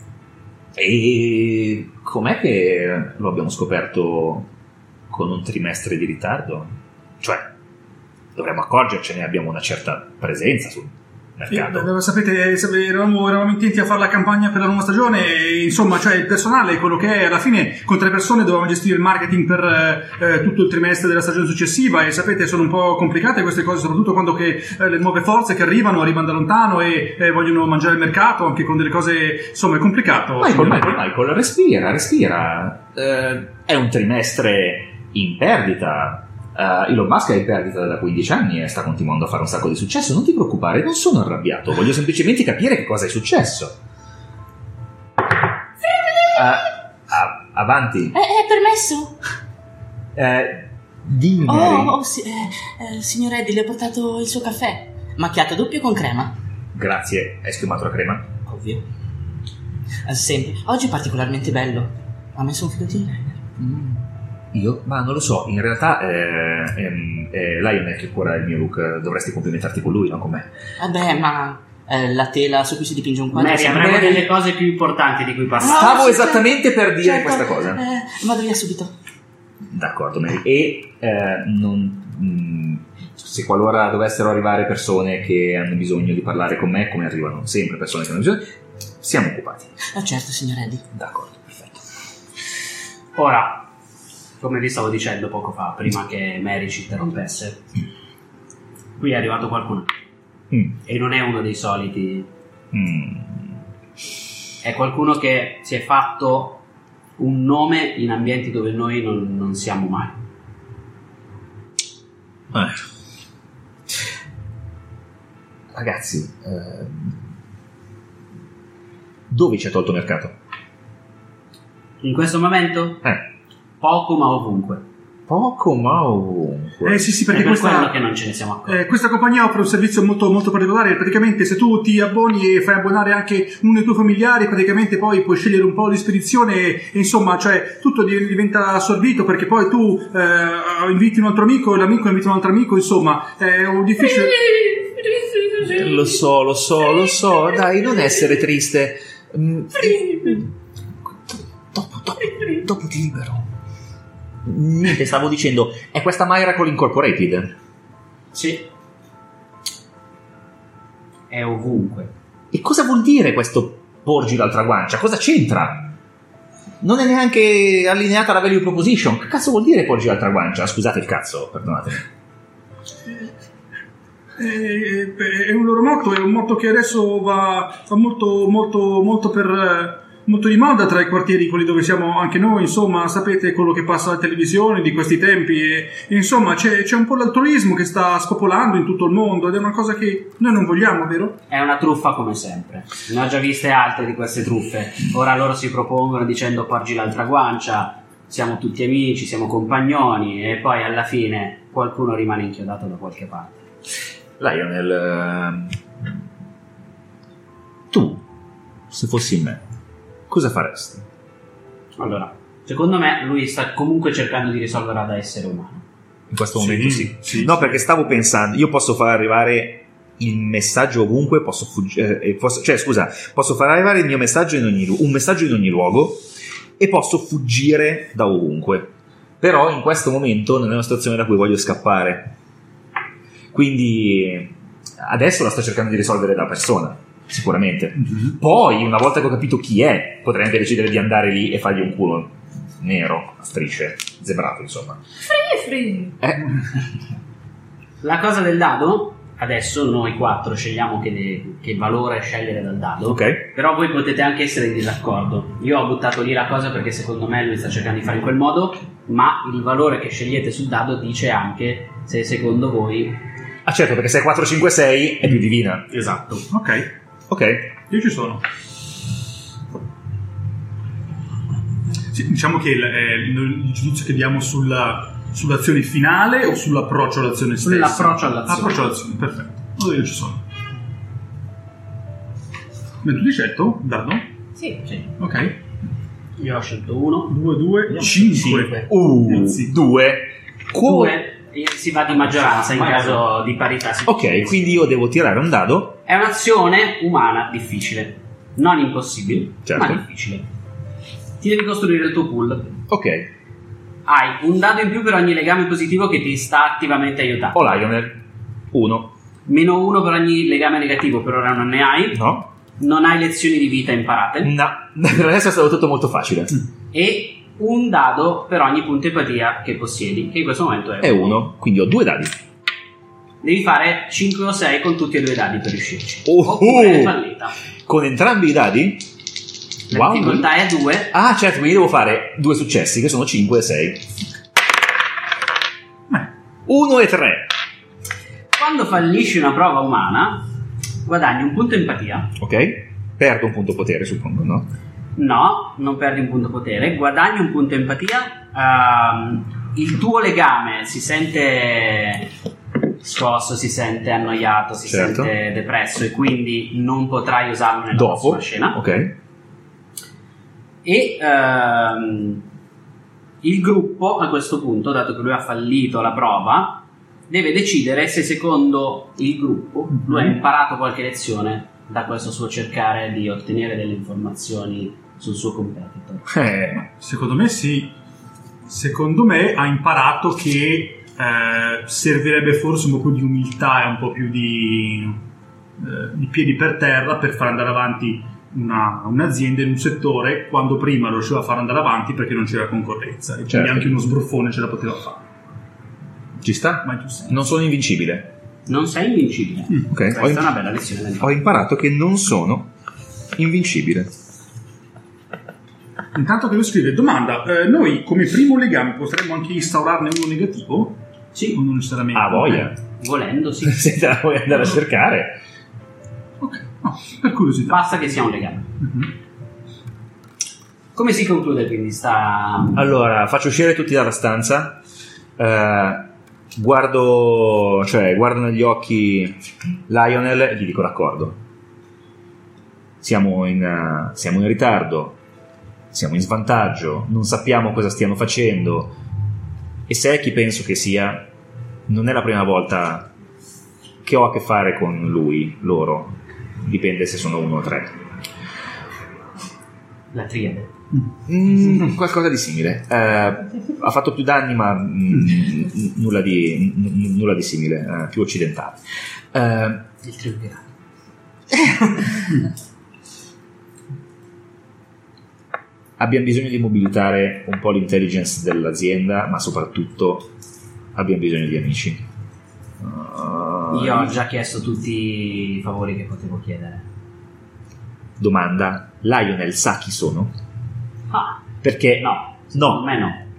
e com'è che lo abbiamo scoperto con un trimestre di ritardo? Cioè dovremmo accorgercene, abbiamo una certa presenza sul mercato. Eh, sapete, sapete, eravamo, eravamo intenti a fare la campagna per la nuova stagione, e, insomma, cioè il personale è quello che è. Alla fine con tre persone dovevamo gestire il marketing per eh, tutto il trimestre della stagione successiva, e sapete sono un po' complicate queste cose, soprattutto quando che eh, le nuove forze che arrivano arrivano da lontano e eh, vogliono mangiare il mercato anche con delle cose, insomma è complicato. Michael, Michael, Michael, respira, respira. Eh, è un trimestre in perdita. Uh, Elon Musk è in perdita da quindici anni e sta continuando a fare un sacco di successo. Non ti preoccupare, non sono arrabbiato, voglio semplicemente capire che cosa è successo. Uh, uh, avanti. È, è permesso? Uh, dimmi, Mary. Oh, oh sì, eh, eh, signor Eddie, le ho portato il suo caffè. Macchiato doppio con crema. Grazie, hai schiumato la crema? Ovvio. Eh, Sempre. Oggi è particolarmente bello. Ha messo un filo di eyeliner. Mm. Io? Ma non lo so, in realtà è, è, è Lionel che cura il mio look, dovresti complimentarti con lui, non con me. Vabbè, ma eh, la tela su cui si dipinge un quadro... Mary, avremo sempre- delle cose più importanti di cui parlare. No, Stavo sì, esattamente certo, per dire certo. questa cosa. Eh, vado via subito. D'accordo, Mary. E eh, non, mh, se qualora dovessero arrivare persone che hanno bisogno di parlare con me, come arrivano sempre persone che hanno bisogno, siamo occupati. Ah, certo, signor Eddie. D'accordo, perfetto. Ora, come vi stavo dicendo poco fa, prima che Mary ci interrompesse, qui è arrivato qualcuno. Mm. E non è uno dei soliti. Mm. È qualcuno che si è fatto un nome in ambienti dove noi non, non siamo mai. Eh. Ragazzi, eh, dove ci ha tolto mercato? In questo momento, Eh. poco ma ovunque. Poco ma ovunque. Eh sì, sì, È perché per quello questa, che non ce ne siamo accorti. eh, questa compagnia offre un servizio molto, molto particolare. Praticamente se tu ti abboni e fai abbonare anche uno dei tuoi familiari, praticamente poi puoi scegliere un po' di spedizione e, e insomma, cioè tutto div- diventa assorbito, perché poi tu eh, inviti un altro amico e l'amico invita un altro amico, insomma è un difficile. Lo so, lo so, lo so. Dai, non essere triste. Mm, Dopo, dopo, dopo ti libero. Niente, stavo dicendo, è questa Miracle Incorporated. Sì. È ovunque. E cosa vuol dire questo porgi l'altra guancia? Cosa c'entra? Non è neanche allineata alla value proposition. Che cazzo vuol dire porgi l'altra guancia? Scusate il cazzo, perdonatemi. Eh, è un loro motto, è un motto che adesso va, va molto, molto, molto per eh, molto di moda tra i quartieri, quelli dove siamo anche noi, insomma, sapete quello che passa alla televisione di questi tempi e, e insomma c'è, c'è un po' l'altruismo che sta spopolando in tutto il mondo ed è una cosa che noi non vogliamo, vero? È una truffa come sempre. Ne ho già viste altre di queste truffe. Ora loro si propongono dicendo porgi l'altra guancia, siamo tutti amici, siamo compagnoni e poi alla fine qualcuno rimane inchiodato da qualche parte. Lionel, eh, tu, se fossi me, cosa faresti? Allora, secondo me lui sta comunque cercando di risolverla da essere umano. In questo Sì, momento sì. sì, no, sì. perché stavo pensando, io posso far arrivare il messaggio ovunque, posso fuggire, eh, posso, cioè scusa, posso far arrivare il mio messaggio in ogni lu- un messaggio in ogni luogo e posso fuggire da ovunque. Però in questo momento non è una situazione da cui voglio scappare. Quindi adesso la sto cercando di risolvere da persona, sicuramente. Mm-hmm. Poi, una volta che ho capito chi è, potrei anche decidere di andare lì e fargli un culo nero, a strisce, zebrato, insomma. Free free. Eh, La cosa del dado, adesso noi quattro scegliamo che, che valore scegliere dal dado. ok. Però voi potete anche essere in disaccordo. Io ho buttato lì la cosa perché secondo me lui sta cercando di fare in quel modo, ma il valore che scegliete sul dado dice anche se secondo voi... Ah certo, perché se è quattro cinque sei è più divina. Esatto. Ok, Ok. io ci sono. Sì, diciamo che il, eh, il- il giudizio che diamo sulla, sull'azione finale o sull'approccio all'azione stessa? Sull'approccio all'azione. Approccio all'azione, perfetto. Allora io ci sono. Ma tu hai scelto? Dado? Sì. Sì. Ok. Io ho scelto uno. due, due, Io- cinque. cinque. Uh, Sì. due. Qu- Due. E si va di maggioranza in caso di parità. Ok, quindi io devo tirare un dado. È un'azione umana difficile. Non impossibile, Certo. ma difficile. Ti devi costruire il tuo pool. Ok. Hai un dado in più per ogni legame positivo che ti sta attivamente aiutando. Ho Lionel. Uno. Meno uno per ogni legame negativo, per ora non ne hai. No. Non hai lezioni di vita imparate. No. Per adesso è stato tutto molto facile. E un dado per ogni punto empatia che possiedi, che in questo momento è È uno. Quindi ho due dadi. Devi fare cinque o sei con tutti e due i dadi per riuscirci. Oh, Oppure oh. è fallita. Con entrambi i dadi? La Wow. difficoltà è due. Ah certo, quindi devo fare due successi che sono cinque e sei. uno e tre. Quando fallisci una prova umana, guadagni un punto empatia. Ok. Perdo un punto potere, suppongo, no? No, non perdi un punto potere, guadagni un punto empatia. Ehm, il tuo legame si sente scosso, si sente annoiato, si Certo. sente depresso e quindi non potrai usarlo nella Dopo. prossima scena. Ok. E ehm, il gruppo a questo punto, dato che lui ha fallito la prova, deve decidere se secondo il gruppo lui ha imparato qualche lezione da questo suo cercare di ottenere delle informazioni sul suo competitor. Eh, Secondo me sì. Secondo me ha imparato che eh, servirebbe forse un po' più di umiltà e un po' più di, eh, di piedi per terra per far andare avanti una, un'azienda in un settore quando prima lo riusciva a far andare avanti perché non c'era concorrenza e quindi Certo. anche uno sbruffone ce la poteva fare. ci sta? Ma in più senso. Non sono invincibile. Non sei invincibile. Ok. Questa Ho, è im- una bella lezione da ho imparare. imparato che non sono invincibile. Intanto che lo scrive, domanda, eh, noi come primo legame potremmo anche instaurarne uno negativo? Sì, O non necessariamente? Ah, voglia. volendo sì. Se te la vuoi andare a cercare. Ok, no, per curiosità. Basta che sia un legame. Mhm. Come si conclude quindi sta... Allora, faccio uscire tutti dalla stanza. eh, guardo, cioè, guardo negli occhi Lionel e gli dico d'accordo. Siamo in, eh, siamo in ritardo, siamo in svantaggio, non sappiamo cosa stiano facendo. E se è chi penso che sia, non è la prima volta che ho a che fare con lui, loro. Dipende se sono uno o tre. La triade. Mm, qualcosa di simile. Eh, ha fatto più danni, ma mm, nulla, di, n- nulla di simile, eh, più occidentale. Eh, Il triumvirato. abbiamo bisogno di mobilitare un po' l'intelligence dell'azienda, ma soprattutto abbiamo bisogno di amici. Uh, Io ho già chiesto tutti i favori che potevo chiedere. Domanda: Lionel sa chi sono? Ah, Perché no. No. Secondo me no.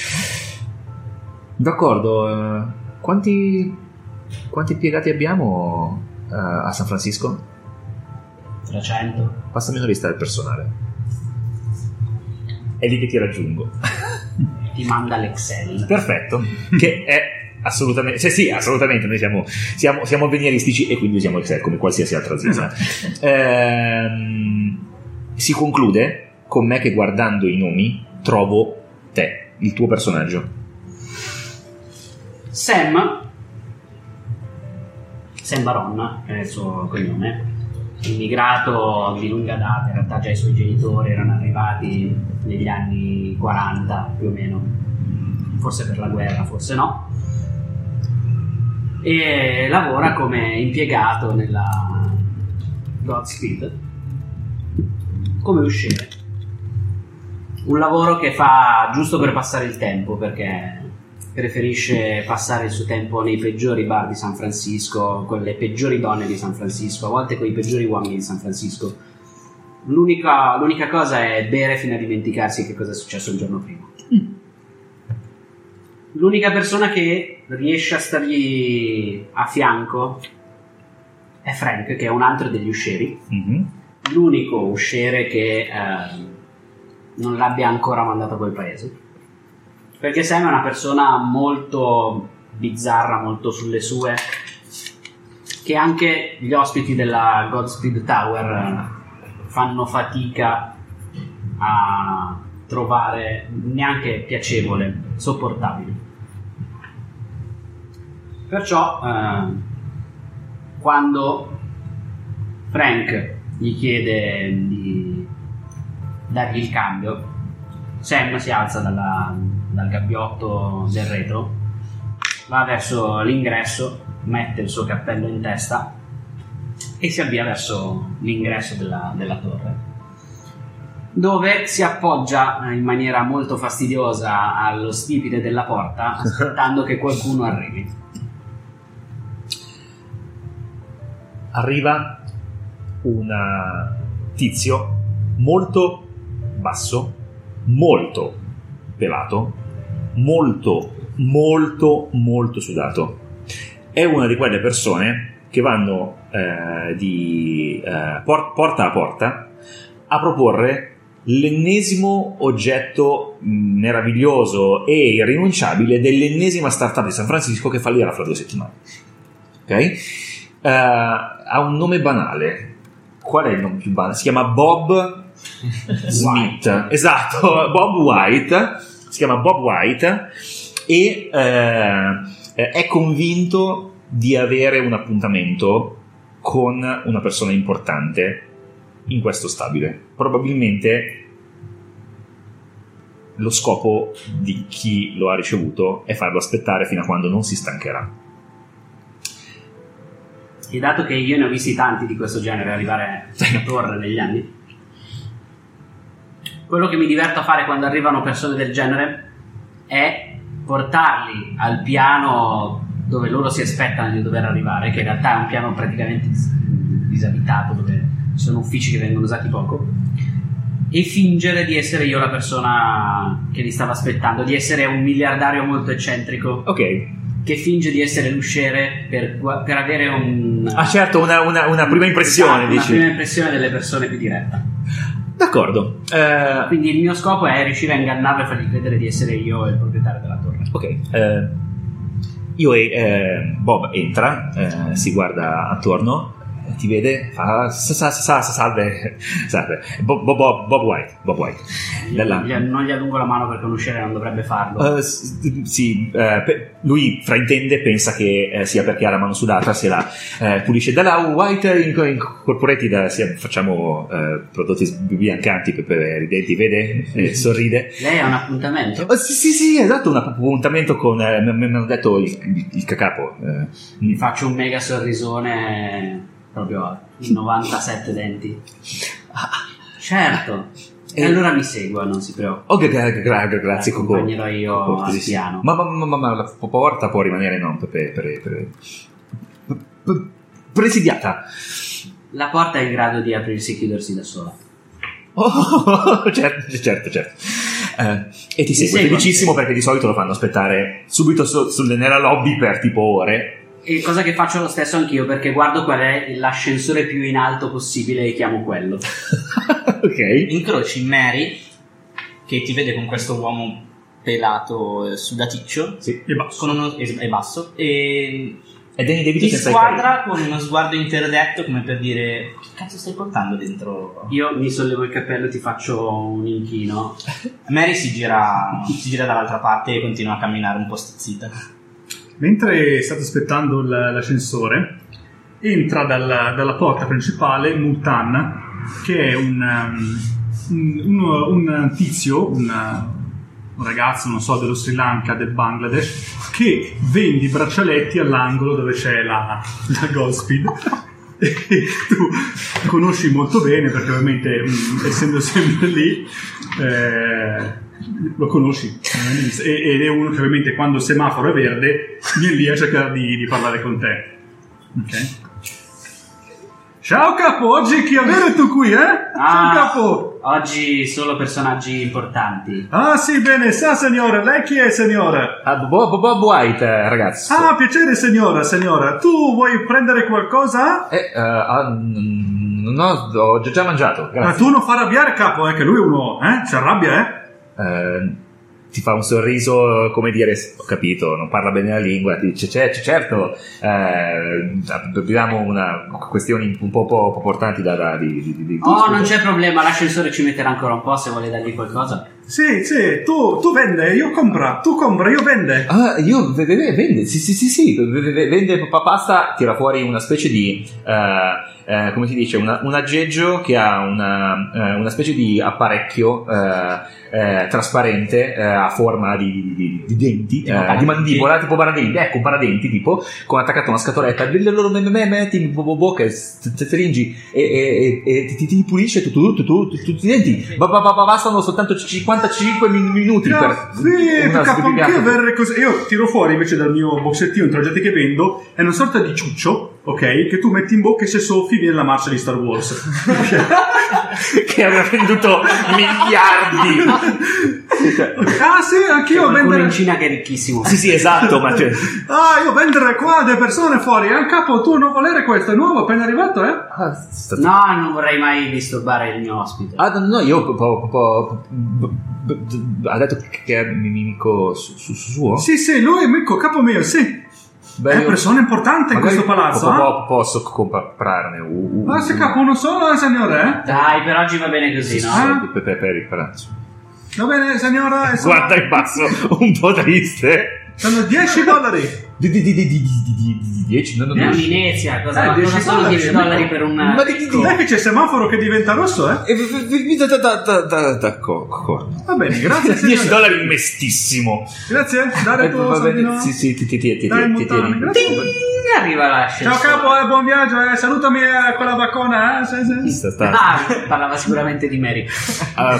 D'accordo. eh, quanti quanti impiegati abbiamo eh, a San Francisco? trecento. Passami una lista del personale. È lì che ti raggiungo. Ti manda l'Excel. Perfetto. Che è assolutamente, sì, sì, assolutamente. Noi siamo, siamo, siamo avveniristici e quindi usiamo Excel come qualsiasi altra azienda. Ehm, si conclude con me che guardando i nomi trovo te, il tuo personaggio. Sam Sam Baron è il suo cognome, immigrato di lunga data, in realtà già i suoi genitori erano arrivati negli anni quaranta più o meno, forse per la guerra, forse no, e lavora come impiegato nella Godspeed come usciere, un lavoro che fa giusto per passare il tempo perché preferisce passare il suo tempo nei peggiori bar di San Francisco, con le peggiori donne di San Francisco, a volte con i peggiori uomini di San Francisco. L'unica, l'unica cosa è bere fino a dimenticarsi che cosa è successo il giorno prima. L'unica persona che riesce a stargli a fianco è Frank, che è un altro degli uscieri, Mm-hmm. l'unico usciere che eh, non l'abbia ancora mandato a quel paese. Perché Sam è una persona molto bizzarra, molto sulle sue, che anche gli ospiti della Godspeed Tower fanno fatica a trovare neanche piacevole, sopportabile. Perciò eh, quando Frank gli chiede di dargli il cambio, Sam si alza dalla, dal gabbiotto del retro, va verso l'ingresso, mette il suo cappello in testa e si avvia verso l'ingresso della, della torre, dove si appoggia in maniera molto fastidiosa allo stipite della porta aspettando che qualcuno arrivi. Arriva un tizio molto basso, molto pelato, molto molto molto sudato. È una di quelle persone che vanno eh, di eh, por- porta a porta a proporre l'ennesimo oggetto meraviglioso e irrinunciabile dell'ennesima startup di San Francisco che fallirà fra due settimane. Ok? Uh, ha un nome banale. Qual è il nome più banale? Si chiama Bob Smith. Esatto, Bob White. Si chiama Bob White e uh, è convinto di avere un appuntamento con una persona importante in questo stabile. Probabilmente lo scopo di chi lo ha ricevuto è farlo aspettare fino a quando non si stancherà. E dato che io ne ho visti tanti di questo genere arrivare a torre negli anni, quello che mi diverto a fare quando arrivano persone del genere è portarli al piano dove loro si aspettano di dover arrivare, che in realtà è un piano praticamente disabitato, dove ci sono uffici che vengono usati poco, e fingere di essere io la persona che li stava aspettando, di essere un miliardario molto eccentrico, ok, che finge di essere l'usciere per, per avere un... Ah certo, una, una, una prima impressione, esatto, dici. una prima impressione delle persone più diretta. D'accordo. Eh, Quindi il mio scopo è riuscire a ingannarlo e fargli credere di essere io il proprietario della torre. ok. Eh, io e eh, Bob entra, eh, si guarda attorno, ti vede, fa sa, sa, sa, sa, salve, salve. Bob, Bob, Bob White, Bob White. Dalla... Gli, non gli allungo la mano perché un usciere non dovrebbe farlo. Uh, sì, uh, pe- lui fraintende, pensa che uh, sia perché ha la mano sudata, se la uh, pulisce. Dalla White Incorporated uh, sì, facciamo uh, prodotti sbiancanti per, per i denti, vede? Eh, sorride. Lei ha un appuntamento? Uh, sì, sì, sì, esatto, un appuntamento con, uh, mi hanno detto il, il, il cacapo. Uh, Mi faccio un mega sorrisone proprio a novantasette denti. Certo. E Eh, allora mi segua, non si preoccupi. Ok, gra- gra- gra- grazie Coco. Accompagnerò io al piano. Ma, ma, ma, ma, ma la porta può rimanere non per, per, per, per, per- presidiata. La porta è in grado di aprirsi e chiudersi da sola. Oh, certo, certo, certo. Eh, e ti segue segue, felicissimo sì. perché di solito lo fanno aspettare subito su- su- nella lobby per tipo ore. E cosa che faccio lo stesso anch'io, perché guardo qual è l'ascensore più in alto possibile e chiamo quello. Ok. Incroci Mary, che ti vede con questo uomo pelato, eh, sudaticcio, Sì. E basta. con uno, e, e basso, e E Danny DeVito ti senza i squadra con uno sguardo interdetto, come per dire: che cazzo stai portando dentro? Io mi sollevo il cappello e ti faccio un inchino. Mary si gira, si gira dall'altra parte e continua a camminare un po' stizzita. Mentre state aspettando l- l'ascensore, entra dalla, dalla porta principale Multan, che è un, um, un, un, un tizio, un, un ragazzo, non so, dello Sri Lanka, del Bangladesh, che vende i braccialetti all'angolo dove c'è la, la Godspeed. E tu conosci molto bene perché ovviamente mh, essendo sempre lì eh, lo conosci e, ed è uno che ovviamente quando il semaforo è verde viene lì a cercare di, di parlare con te. Ok. Ciao capo, oggi chi avere tu qui, eh? Ciao Ah, capo. oggi solo personaggi importanti. Ah sì, bene, sa signora, lei chi è signora? Ah, Bob, Bob White, eh, ragazzo. Ah, piacere signora, signora. Tu vuoi prendere qualcosa? Eh, eh, ah, n- no, ho già mangiato, Ma grazie. tu non fa arrabbiare capo, eh, che lui è uno, eh? Si arrabbia, eh? Eh, ti fa un sorriso, come dire, ho capito, non parla bene la lingua, ti dice "C- c- certo, eh, abbiamo una questioni un po', po' importanti da, da di, di, di Oh, non c'è problema, l'ascensore ci metterà ancora un po' se vuole dargli qualcosa. Sì, sì, tu, tu vende, io compra, tu compra, io vende. Ah, io v- v- vende, sì, sì, sì, sì, v- v- vende pa- pasta, tira fuori una specie di, eh, eh, come si dice, una- un aggeggio che ha una, eh, una specie di apparecchio eh, eh, trasparente eh, a forma di, di- di denti, Tipo eh, paradenti. di mandibola, tipo paradenti, ecco, paradenti tipo, con attaccata una scatoletta, le loro me- me- metti in bo- bo- bocca, e st- stringi e, e, e, e ti, ti pulisce tu- tu- tu- tu- tu- tutti i denti, ba- ba- ba- bastano soltanto cinquantacinque min- minuti per Sì, una capo, anche sbibigliata. avere così. Io tiro fuori invece dal mio boxettino tra oggetti che vendo, è una sorta di ciuccio, ok? Che tu metti in bocca e se soffi viene la marcia di Star Wars. che aveva venduto miliardi. Ah sì, anch'io C'è qualcuno vendere... in Cina che è ricchissimo. Sì, sì, esatto, ma cioè... Ah, io vendere qua delle persone fuori. Eh, capo, tu non volere questo, è nuovo, appena arrivato, eh? Ah, sta- No, non vorrei mai disturbare il mio ospite. Ah, no, no, io po- po- po- po- ha detto che è mimico su, su, su suo? Sì, sì, lui è amico, capo mio, sì. Beh, è io- persona importante in magari questo palazzo, po- eh? po- posso comprarne un. Ah, se capo uno solo, eh, signore, eh? Dai, per oggi va bene così, no? Ah. Per, per, per il pranzo. Va bene, signora. e sono- Guarda il basso, un po' triste. Sono dieci dollari. Di di di di di di di di dieci, no, no, È no. un'inezia, cosa, Eh, cosa dieci sono dollari, dieci amico. dollari per un... Ma di- di- di- Dai che c'è il semaforo che diventa rosso, eh? E v- v- v- da da da da da da co- co- Va bene, grazie, dieci signore. dollari mestissimo. Grazie, dare Eh, tu, va bene, Sandino. sì, sì, ti ti ti ti Dai, ti montami, tieni. grazie. E arriva la Ciao capo, eh, buon viaggio, eh. Salutami eh, con la baccona, eh. Sì, sì. Sta- sta- Ah, parlava sicuramente di Mary. ah,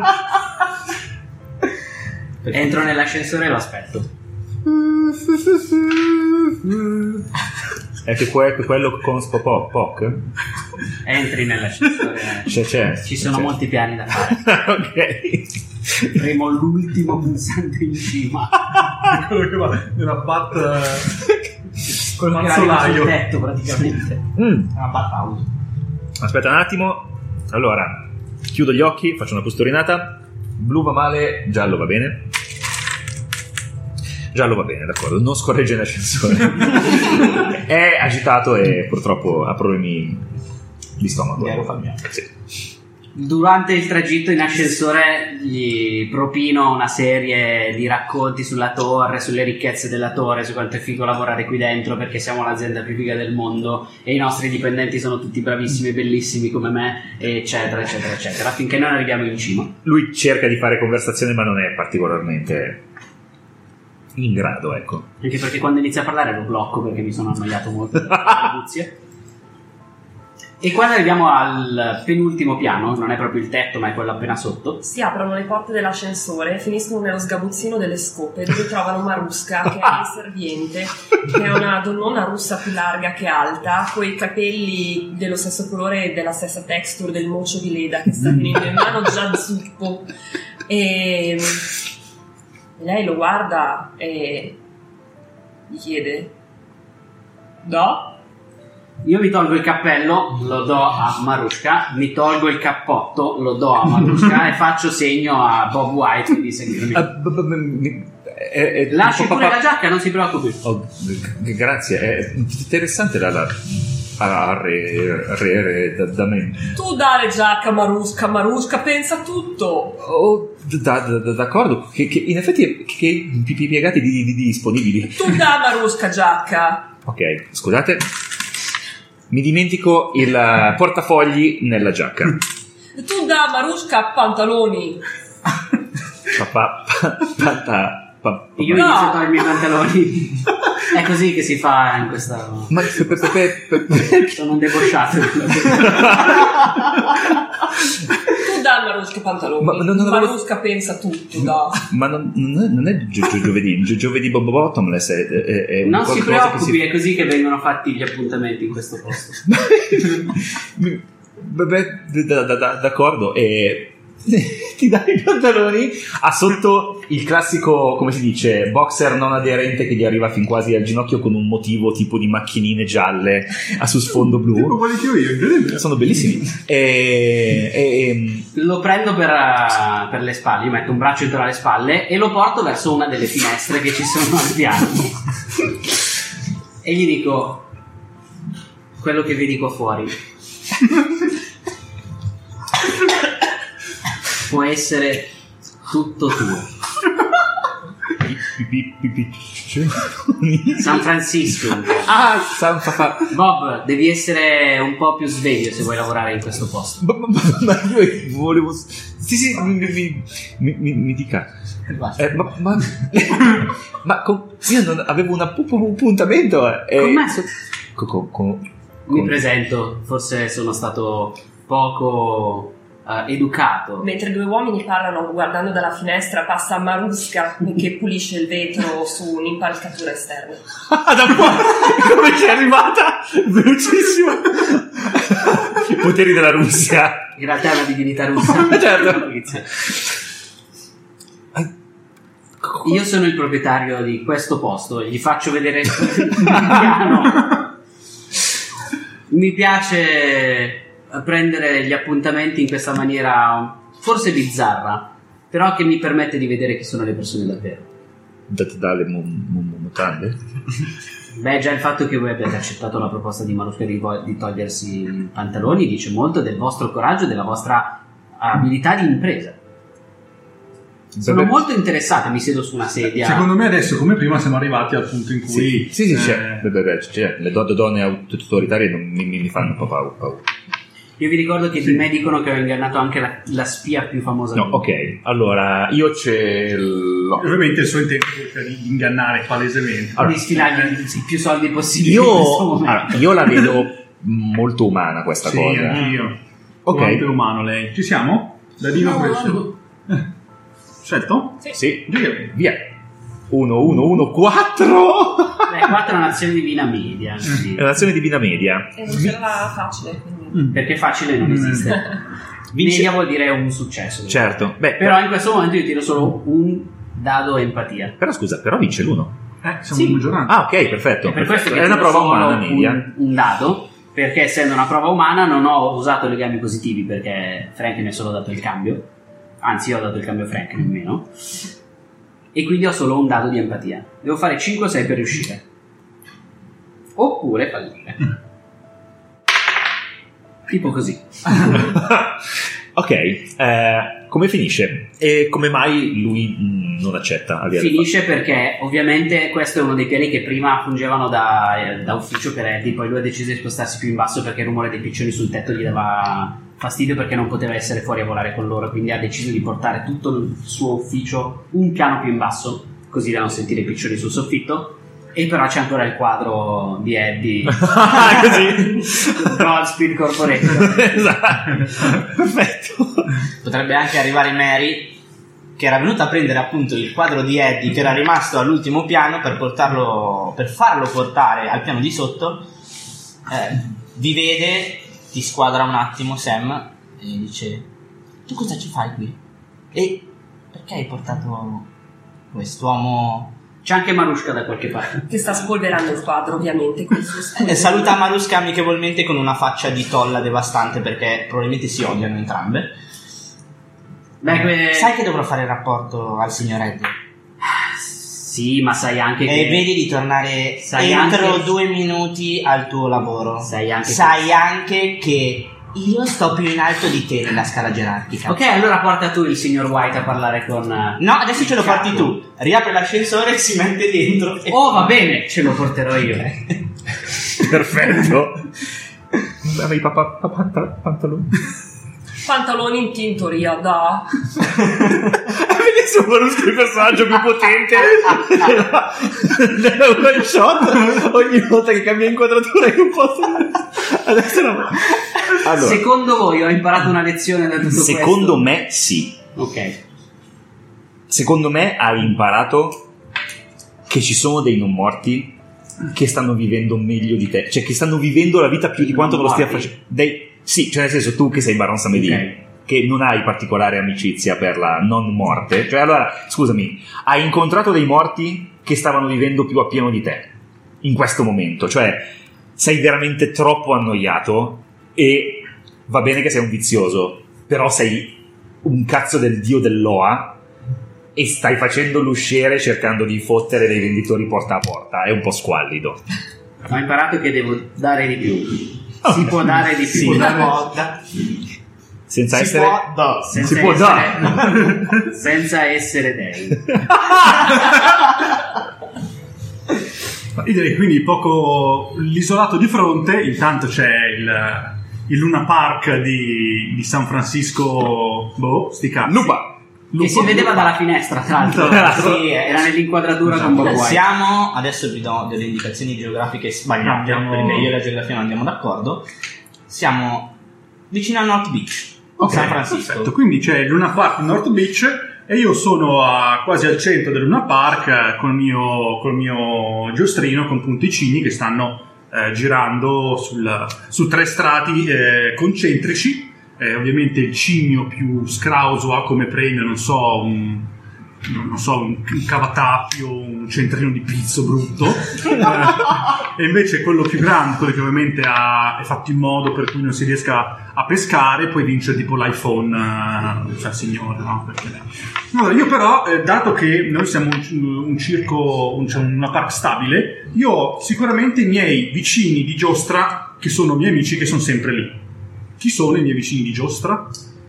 Entro nell'ascensore e lo aspetto. È che que- quello con Spopop Poc? Entri nell'ascensore. C'è, c'è. Ci sono c'è. molti piani da fare. Ok. Premo l'ultimo pulsante in cima. Quello che va nella bat col Quello che arriva sul mazzolaio. tetto praticamente. Mm. Una bat house. Aspetta un attimo. Allora, chiudo gli occhi, faccio una posturinata. Blu va male, giallo va bene. Giallo va bene, d'accordo. Non scorregge l'ascensore. È agitato e purtroppo ha problemi di stomaco. Ero familiare. Sì. Durante il tragitto in ascensore gli propino una serie di racconti sulla torre, sulle ricchezze della torre, su quanto è figo lavorare qui dentro perché siamo l'azienda più figa del mondo e i nostri dipendenti sono tutti bravissimi e bellissimi come me, eccetera, eccetera, eccetera, finché non arriviamo in cima. Lui cerca di fare conversazione, ma non è particolarmente in grado, ecco. Anche perché quando inizia a parlare lo blocco perché mi sono annoiato molto dalle buzie. E quando arriviamo al penultimo piano, non è proprio il tetto ma è quello appena sotto, Si aprono le porte dell'ascensore e finiscono nello sgabuzzino delle scope dove trovano Maruska, che è l'inserviente, che è una donnona russa più larga che alta, con i capelli dello stesso colore e della stessa texture del mocio di Leda che sta tenendo in mano già zuppo. E lei lo guarda e gli chiede: "No?" io mi tolgo il cappello, lo do a Maruska, mi tolgo il cappotto, lo do a Maruska e faccio segno a Bob White di seguirmi. Ah, b- b- b- è- è- Lasci pa- pure pa- la giacca, non si preoccupi. Oh, g- grazie, è interessante la, la ah, re, re, re, da, da me. "Tu dare giacca, Maruska, Maruska pensa tutto." Oh, da- da- da- d'accordo, che, che in effetti che i piegati di, di- di disponibili. "Tu da Maruska giacca." Ok, scusate, mi dimentico il portafogli nella giacca. "Tu da Maruska pantaloni." Papà, pa, panta, pa- Io No. inizio a togliermi i pantaloni. È così che si fa in questa... Ma pe- pe- pe- pe- pe- Sono un debosciato. "Tu da Maruska pantaloni." Ma non- non avevo- Maruska pensa tutto, da. ma non, non è, non è gio- gio- giovedì, gio- giovedì Bob Bottomless è, è, è una Non si qualcosa che preoccupi, è così che vengono fatti gli appuntamenti in questo posto. Vabbè, d- d- d- d'accordo, e ti dai i pantaloni, ha sotto il classico, come si dice, boxer non aderente che gli arriva fin quasi al ginocchio con un motivo tipo di macchinine gialle a su sfondo Tipo blu. quelli che ho io, incredibile. Sono bellissimi. E, e- Lo prendo per, uh, per le spalle, gli metto un braccio intorno alle spalle e lo porto verso una delle finestre che ci sono al piano. E gli dico: quello che vedi qua fuori può essere tutto tuo. pi- pi- pi- pi- San Francisco. Ah, San fa- fa- Bob, devi essere un po' più sveglio se vuoi lavorare in questo posto. ma, ma- ma- ma io volevo. Sì, sì, mi, mi- mi- mi- mi dica. Eh, ma, ma, ma con- io non avevo una pu- pu- un appuntamento. Eh, Con me? co- co- co- Mi con- presento, forse sono stato poco eh, educato. Mentre due uomini parlano guardando dalla finestra, passa Maruska che pulisce il vetro su un'impalcatura esterna. Ah, da qua! Come ci è arrivata? Velocissimo! I poteri della Russia. In realtà è una divinità russa. Certo. Io sono il proprietario di questo posto, gli faccio vedere il piano. Mi piace prendere gli appuntamenti in questa maniera forse bizzarra, però che mi permette di vedere chi sono le persone davvero. Date dalle mutande? Beh, già il fatto che voi abbiate accettato la proposta di Marusca di, di togliersi i pantaloni dice molto del vostro coraggio e della vostra abilità di impresa. Sono Beh, molto interessato, mi siedo su una sedia. Secondo me adesso, come prima, siamo arrivati al punto in cui... Sì, sì, sì, eh, c'è. Beh, beh, beh, c'è. Le do- donne autoritarie non mi, mi fanno un po' paura. paura. Io vi ricordo che di me dicono che ho ingannato anche la, la spia più famosa. No, ok. Allora, io ce l'ho. Ovviamente il suo intento è quello di ingannare palesemente. Allora, di sfilargli i più soldi possibili. in questo Io, momento. allora, io la vedo molto umana questa Sì, cosa. anch'io. Ok. Quanto è umano lei. Ci siamo? Dadino No, questo. Eh. Scelto? Sì, Via. via. uno, uno, uno, quattro. Beh, quattro è un'azione divina media. Sì. È un'azione divina media. E non c'era facile, quindi. Mm. Perché facile non esiste. Vince- Media vuol dire un successo. Certo. Beh, Però in questo momento io tiro solo un dado empatia. però scusa, però vince l'uno. Eh, siamo Sì. in maggioranza. Ah, ok, perfetto. E per questo perfetto. che È una tiro prova solo umana media. un, un dado, perché essendo una prova umana non ho usato legami positivi perché Frank mi ha solo dato il cambio. Anzi, io ho dato il cambio a Frank nemmeno. E quindi ho solo un dado di empatia. Devo fare cinque o sei per riuscire. Oppure fallire. Tipo così. Ok, eh, come finisce? E come mai lui mh, non accetta? al via del Finisce perché ovviamente questo è uno dei piani che prima fungevano da, eh, da ufficio per Eddie, poi lui ha deciso di spostarsi più in basso perché il rumore dei piccioni sul tetto gli dava fastidio perché non poteva essere fuori a volare con loro, quindi ha deciso di portare tutto il suo ufficio un piano più in basso, così da non sentire i piccioni sul soffitto. E però c'è ancora il quadro di Eddie Ah, così? Godspeed Corporation. Esatto. Perfetto. Potrebbe anche arrivare Mary, che era venuta a prendere appunto il quadro di Eddie che era rimasto all'ultimo piano per portarlo, per farlo portare al piano di sotto. Eh, vi vede, ti squadra un attimo Sam e dice: tu cosa ci fai qui? E perché hai portato quest'uomo? C'è anche Marusca da qualche parte. Che sta spolverando il quadro, ovviamente. Con il suo scudo. Eh, saluta Marusca amichevolmente con una faccia di tolla devastante perché probabilmente si odiano entrambe. Beh, que- Sai che dovrò fare il rapporto al signor Eddie? sì, ma sai anche che E vedi di tornare Sai entro anche- due minuti al tuo lavoro. Sai anche Sai anche che io sto più in alto di te nella scala gerarchica. Ok, allora porta tu il signor White a parlare con... No, adesso ce lo porti tu. Riapre l'ascensore e si mette dentro. E... Oh, va bene, ce lo porterò io. Perfetto. Avevi papà, papà, pantaloni. Pantaloni in tintoria, da. Benissimo, Marusca è il personaggio più potente nella one shot. Ogni volta che cambia inquadratura è un po'. Adesso no. Allora, Secondo voi ho imparato una lezione da tutto secondo questo? me sì. Ok. Secondo me hai imparato che ci sono dei non morti che stanno vivendo meglio di te, cioè che stanno vivendo la vita più di quanto te lo stia Morti? facendo. Dei... Sì, cioè nel senso tu che sei Baron Samedi, Ok. che non hai particolare amicizia per la non morte, cioè allora, scusami, hai incontrato dei morti che stavano vivendo più appieno di te in questo momento, cioè sei veramente troppo annoiato e va bene che sei un vizioso, però sei un cazzo del dio dell'Oa e stai facendo l'usciere cercando di fottere dei venditori porta a porta, è un po' squallido. Ho imparato che devo dare di più. Si Ok. può dare di Sì. più. Una volta. Senza Si essere... può, no. Senza si può essere... senza essere dei. Ma io direi quindi poco l'isolato di fronte, intanto c'è il, il Luna Park di, di San Francisco, boh, sti cazzi. Lupa! Che si vedeva dalla finestra, tra l'altro. Sì, Era nell'inquadratura con Bob White. Siamo, adesso vi do delle indicazioni geografiche sbagliate, Andiamo- perché io e la geografia non andiamo d'accordo. Siamo vicino a North Beach, Ok, San Francisco. perfetto. Quindi c'è il Luna Park in North Beach e io sono a, quasi al centro del Luna Park eh, col mio, col mio giostrino con punticini che stanno eh, girando sul, su tre strati eh, concentrici. Eh, ovviamente il cigno più scrauso ha come premio, non so, un non so, un, un cavatappi o un centrino di pizzo brutto. eh, e invece quello più grande, quello che ovviamente ha, è fatto in modo per cui non si riesca a pescare, poi vince tipo l'iPhone, eh, cioè signore, no? Perché... Allora, io però, eh, dato che noi siamo un, un circo, un, cioè una park stabile, io ho sicuramente i miei vicini di giostra, che sono miei amici, che sono sempre lì. Chi sono i miei vicini di giostra?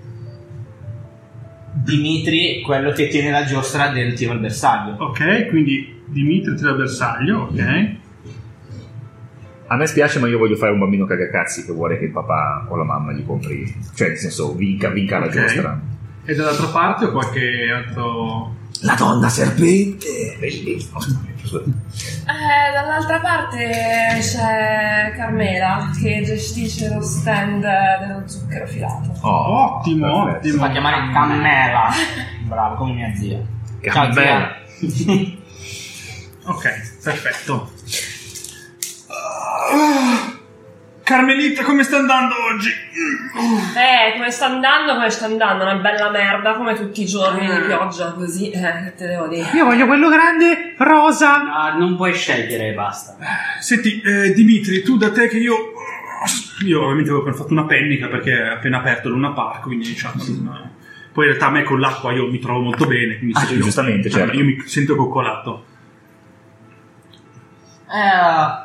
Dimitri, quello che tiene la giostra del tiro al bersaglio. Ok, quindi Dimitri tira al bersaglio, ok. A me spiace, ma io voglio fare un bambino cagacazzi che vuole che il papà o la mamma gli compri, cioè nel senso vinca, vinca la Okay. giostra. E dall'altra parte ho qualche altro... La donna serpente! Bellissimo. Eh, dall'altra parte c'è Carmela che gestisce lo stand dello zucchero filato. Oh, Ottimo, perfetto. Si fa ottimo. chiamare Cammela. Bravo, come mia zia. Ciao Cammela. zia. Ok, perfetto. Ah, Carmelita, come sta andando oggi? Eh, come sta andando, come sta andando? Una bella merda, come tutti i giorni di pioggia, così, eh, che te devo dire. Io voglio quello grande, rosa. No, non puoi scegliere e basta. Senti, eh, Dimitri, tu da te che io... Io ovviamente avevo fatto una pennica perché è appena aperto Luna Park, quindi diciamo... no. Poi in realtà a me con l'acqua io mi trovo molto bene, quindi Ah, se io- giustamente, certo. Io mi sento coccolato. Eh...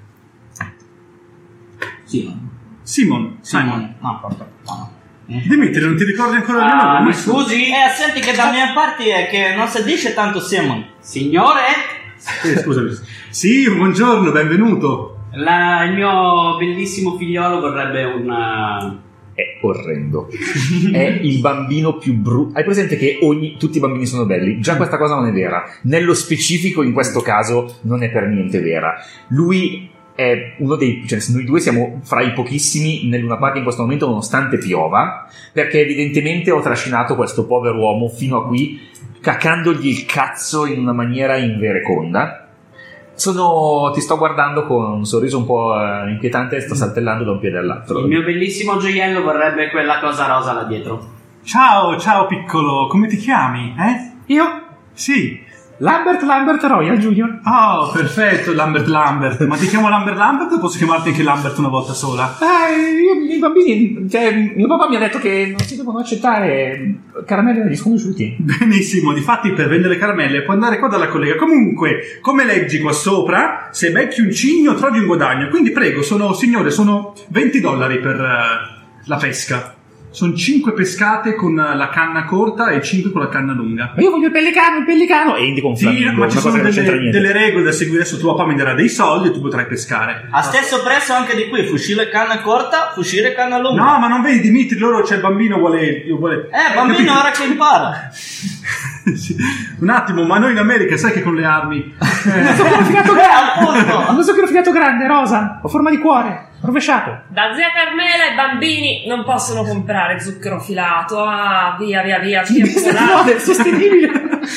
Simon. Simon, Simon. Simon. No, porca puttana. Dimitri, non ti ricordi ancora il mio Ah, nome? mi scusi? Eh, senti che da mia parte è che non si dice tanto Simon. Signore? Eh, scusami. Sì, buongiorno, benvenuto. La- il mio bellissimo figliolo vorrebbe un... È orrendo. È il bambino più brutto. Hai presente che ogni... tutti i bambini sono belli? Già questa cosa non è vera. Nello specifico, in questo caso, non è per niente vera. Lui è uno dei... cioè noi due siamo fra i pochissimi nel Luna Park in questo momento, nonostante piova, perché evidentemente ho trascinato questo povero uomo fino a qui, cacandogli il cazzo in una maniera invereconda. Sono, ti sto guardando con un sorriso un po' eh, inquietante e sto saltellando da un piede all'altro. Il mio bellissimo gioiello vorrebbe quella cosa rosa là dietro. Ciao, ciao piccolo, come ti chiami? Eh? Io, Sì. Lambert Lambert Royal Junior. Oh, perfetto, Lambert Lambert. Ma ti chiamo Lambert Lambert o posso chiamarti anche Lambert una volta sola? Eh, io, i bambini, cioè, mio papà mi ha detto che non si devono accettare caramelle dagli sconosciuti. Benissimo, difatti per vendere caramelle puoi andare qua dalla collega. Comunque, come leggi qua sopra, se becchi un cigno trovi un guadagno. Quindi prego, sono, signore, sono venti dollari per uh, la pesca. Sono cinque pescate con la canna corta e cinque con la canna lunga. Ma io voglio il pellicano, il pellicano. E indico un Sì, flamingo, ma ci una cosa sono che non c'entra delle, niente. delle regole da seguire. Adesso tuo papà mi darà dei soldi e tu potrai pescare. A stesso prezzo anche di qui, fucile canna corta, fucile canna lunga. No, ma non vedi, Dimitri, loro c'è il bambino vuole... vuole Eh, bambino, ora che impara. Sì. Un attimo, ma noi in America sai che con le armi... Non so che ho figato Eh, grande. appunto. Non so che ho figato grande, rosa. Ho forma di cuore, rovesciato. Da zia Carmela i bambini non possono comprare zucchero filato. Ah, via, via, via. via Business volato. model sostenibile.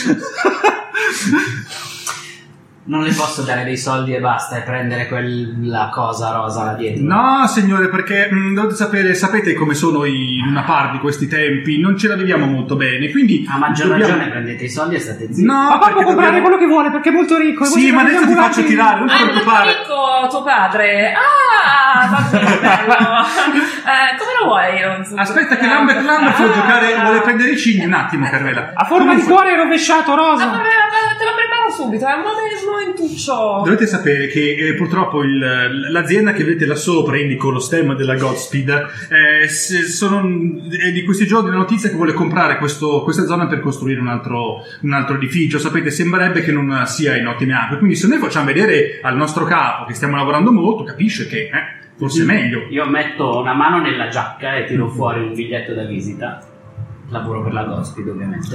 Non le posso dare dei soldi e basta e prendere quella cosa rosa là dietro. No, signore, perché mh, dovete sapere, sapete come sono i Luna Park di questi tempi, non ce la viviamo molto bene, quindi... A maggior dobbiamo- ragione prendete i soldi e state zitti. No, Papà può perché comprare dobbiamo... quello che vuole perché è molto ricco. e voi Sì, siete ma adesso ti ambulanti. faccio tirare, non ti Ah, è molto preoccupare. ricco tuo padre. Ah, va bene, bello. Eh, come lo vuoi? io? Aspetta che Lambert Lambert vuole giocare, vuole prendere i cigni, un attimo, Carmela. A forma di cuore rovesciato, Ah, rosa. vabbè, vabbè, te lo preparo subito, è un momentuccio. Dovete sapere che eh, purtroppo il- l'azienda che vedete là sopra, indico lo stemma della Godspeed, eh, se- sono è di questi giorni la notizia che vuole comprare questo- questa zona per costruire un altro, un altro edificio. Sapete, sembrerebbe che non sia in ottime acque. Quindi se noi facciamo vedere al nostro capo che stiamo lavorando molto, capisce che eh, forse è meglio. Io metto una mano nella giacca e tiro fuori un biglietto da visita. Lavoro per la Godspeed, ovviamente.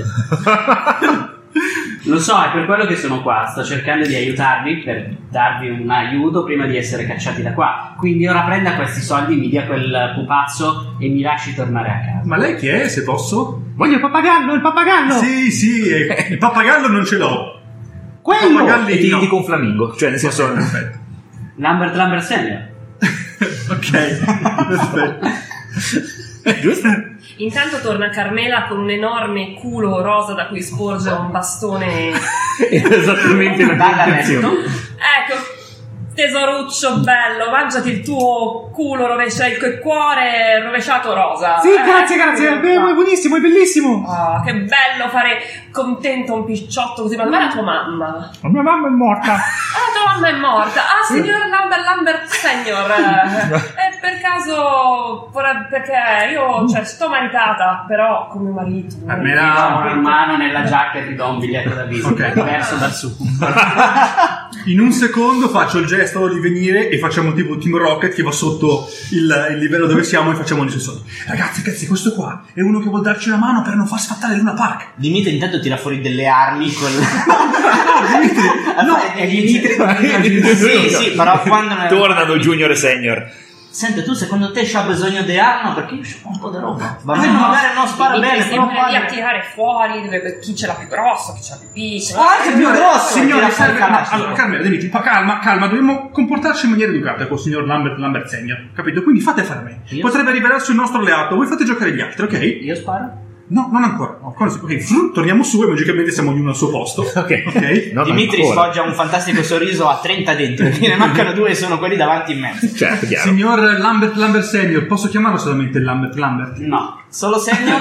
Lo so, è per quello che sono qua. Sto cercando di aiutarvi per darvi un aiuto prima di essere cacciati da qua. Quindi ora prenda questi soldi, mi dia quel pupazzo e mi lasci tornare a casa. Ma lei chi è, se posso? Voglio il pappagallo, il pappagallo. Sì, sì, eh, il pappagallo non ce l'ho. Quello. Pappagalli E ti no. indico un flamingo, cioè nel senso... Perfetto. Lambert Lambert Senior. Ok, perfetto. Giusto? Intanto torna Carmela con un enorme culo rosa da cui sporge un bastone. Esattamente la Dalla condizione. letto. Ecco, tesoruccio bello, mangiati il tuo culo rovesciato, il cuore rovesciato rosa. Sì, grazie, grazie, è, Ecco. be- è buonissimo, è bellissimo. Oh, che bello fare contento un picciotto così. Ma dov'è la tua mamma? La mia mamma è morta. Ah, tua mamma è morta. Ah, signor Lambert Lambert Senior. E per caso, vorrei- perché io, cioè, sto maritata, però come marito. Carmela- Ti do una mano nella giacca e ti do un biglietto da visita Ok. diverso dal suo. In un secondo faccio il gesto di venire e facciamo tipo Team Rocket che va sotto il, il livello dove siamo e facciamo gli soldi. Ragazzi, ragazzi, questo qua è uno che vuol darci una mano per non far sfattare Luna Park. Dimitri intanto tira fuori delle armi con... No, e gli Dimitri... Sì, sì, però quando... Tornano Junior e Senior. Senti, tu secondo te c'ha bisogno di armi? Perché io ho un po' di roba. Va Eh, bene, no. magari non spara Mi bene, però sempre lì a padre... tirare fuori dove, chi ce l'ha più grosso, chi ce l'ha più piccolo. Oh, anche più grosso! Signore, tira fuori serve... il no, Kalashnikov. allora, Carmela, Dimitri, fa- calma, calma, dobbiamo comportarci in maniera educata con il signor Lambert Lambert Senior, capito? Quindi fate fare a me. Io- Potrebbe rivelarsi il nostro alleato, voi fate giocare gli altri, ok? Io sparo? No, non ancora. No, ancora sì. Ok, fru, torniamo su e magicamente siamo ognuno al suo posto. Ok. Ok? No, Dimitri ancora. sfoggia un fantastico sorriso a trenta denti, perché ne mancano due e sono quelli davanti in mezzo. Certo, chiaro. Signor Lambert Lambert Senior, posso chiamarlo solamente Lambert Lambert? No, Solo Senior?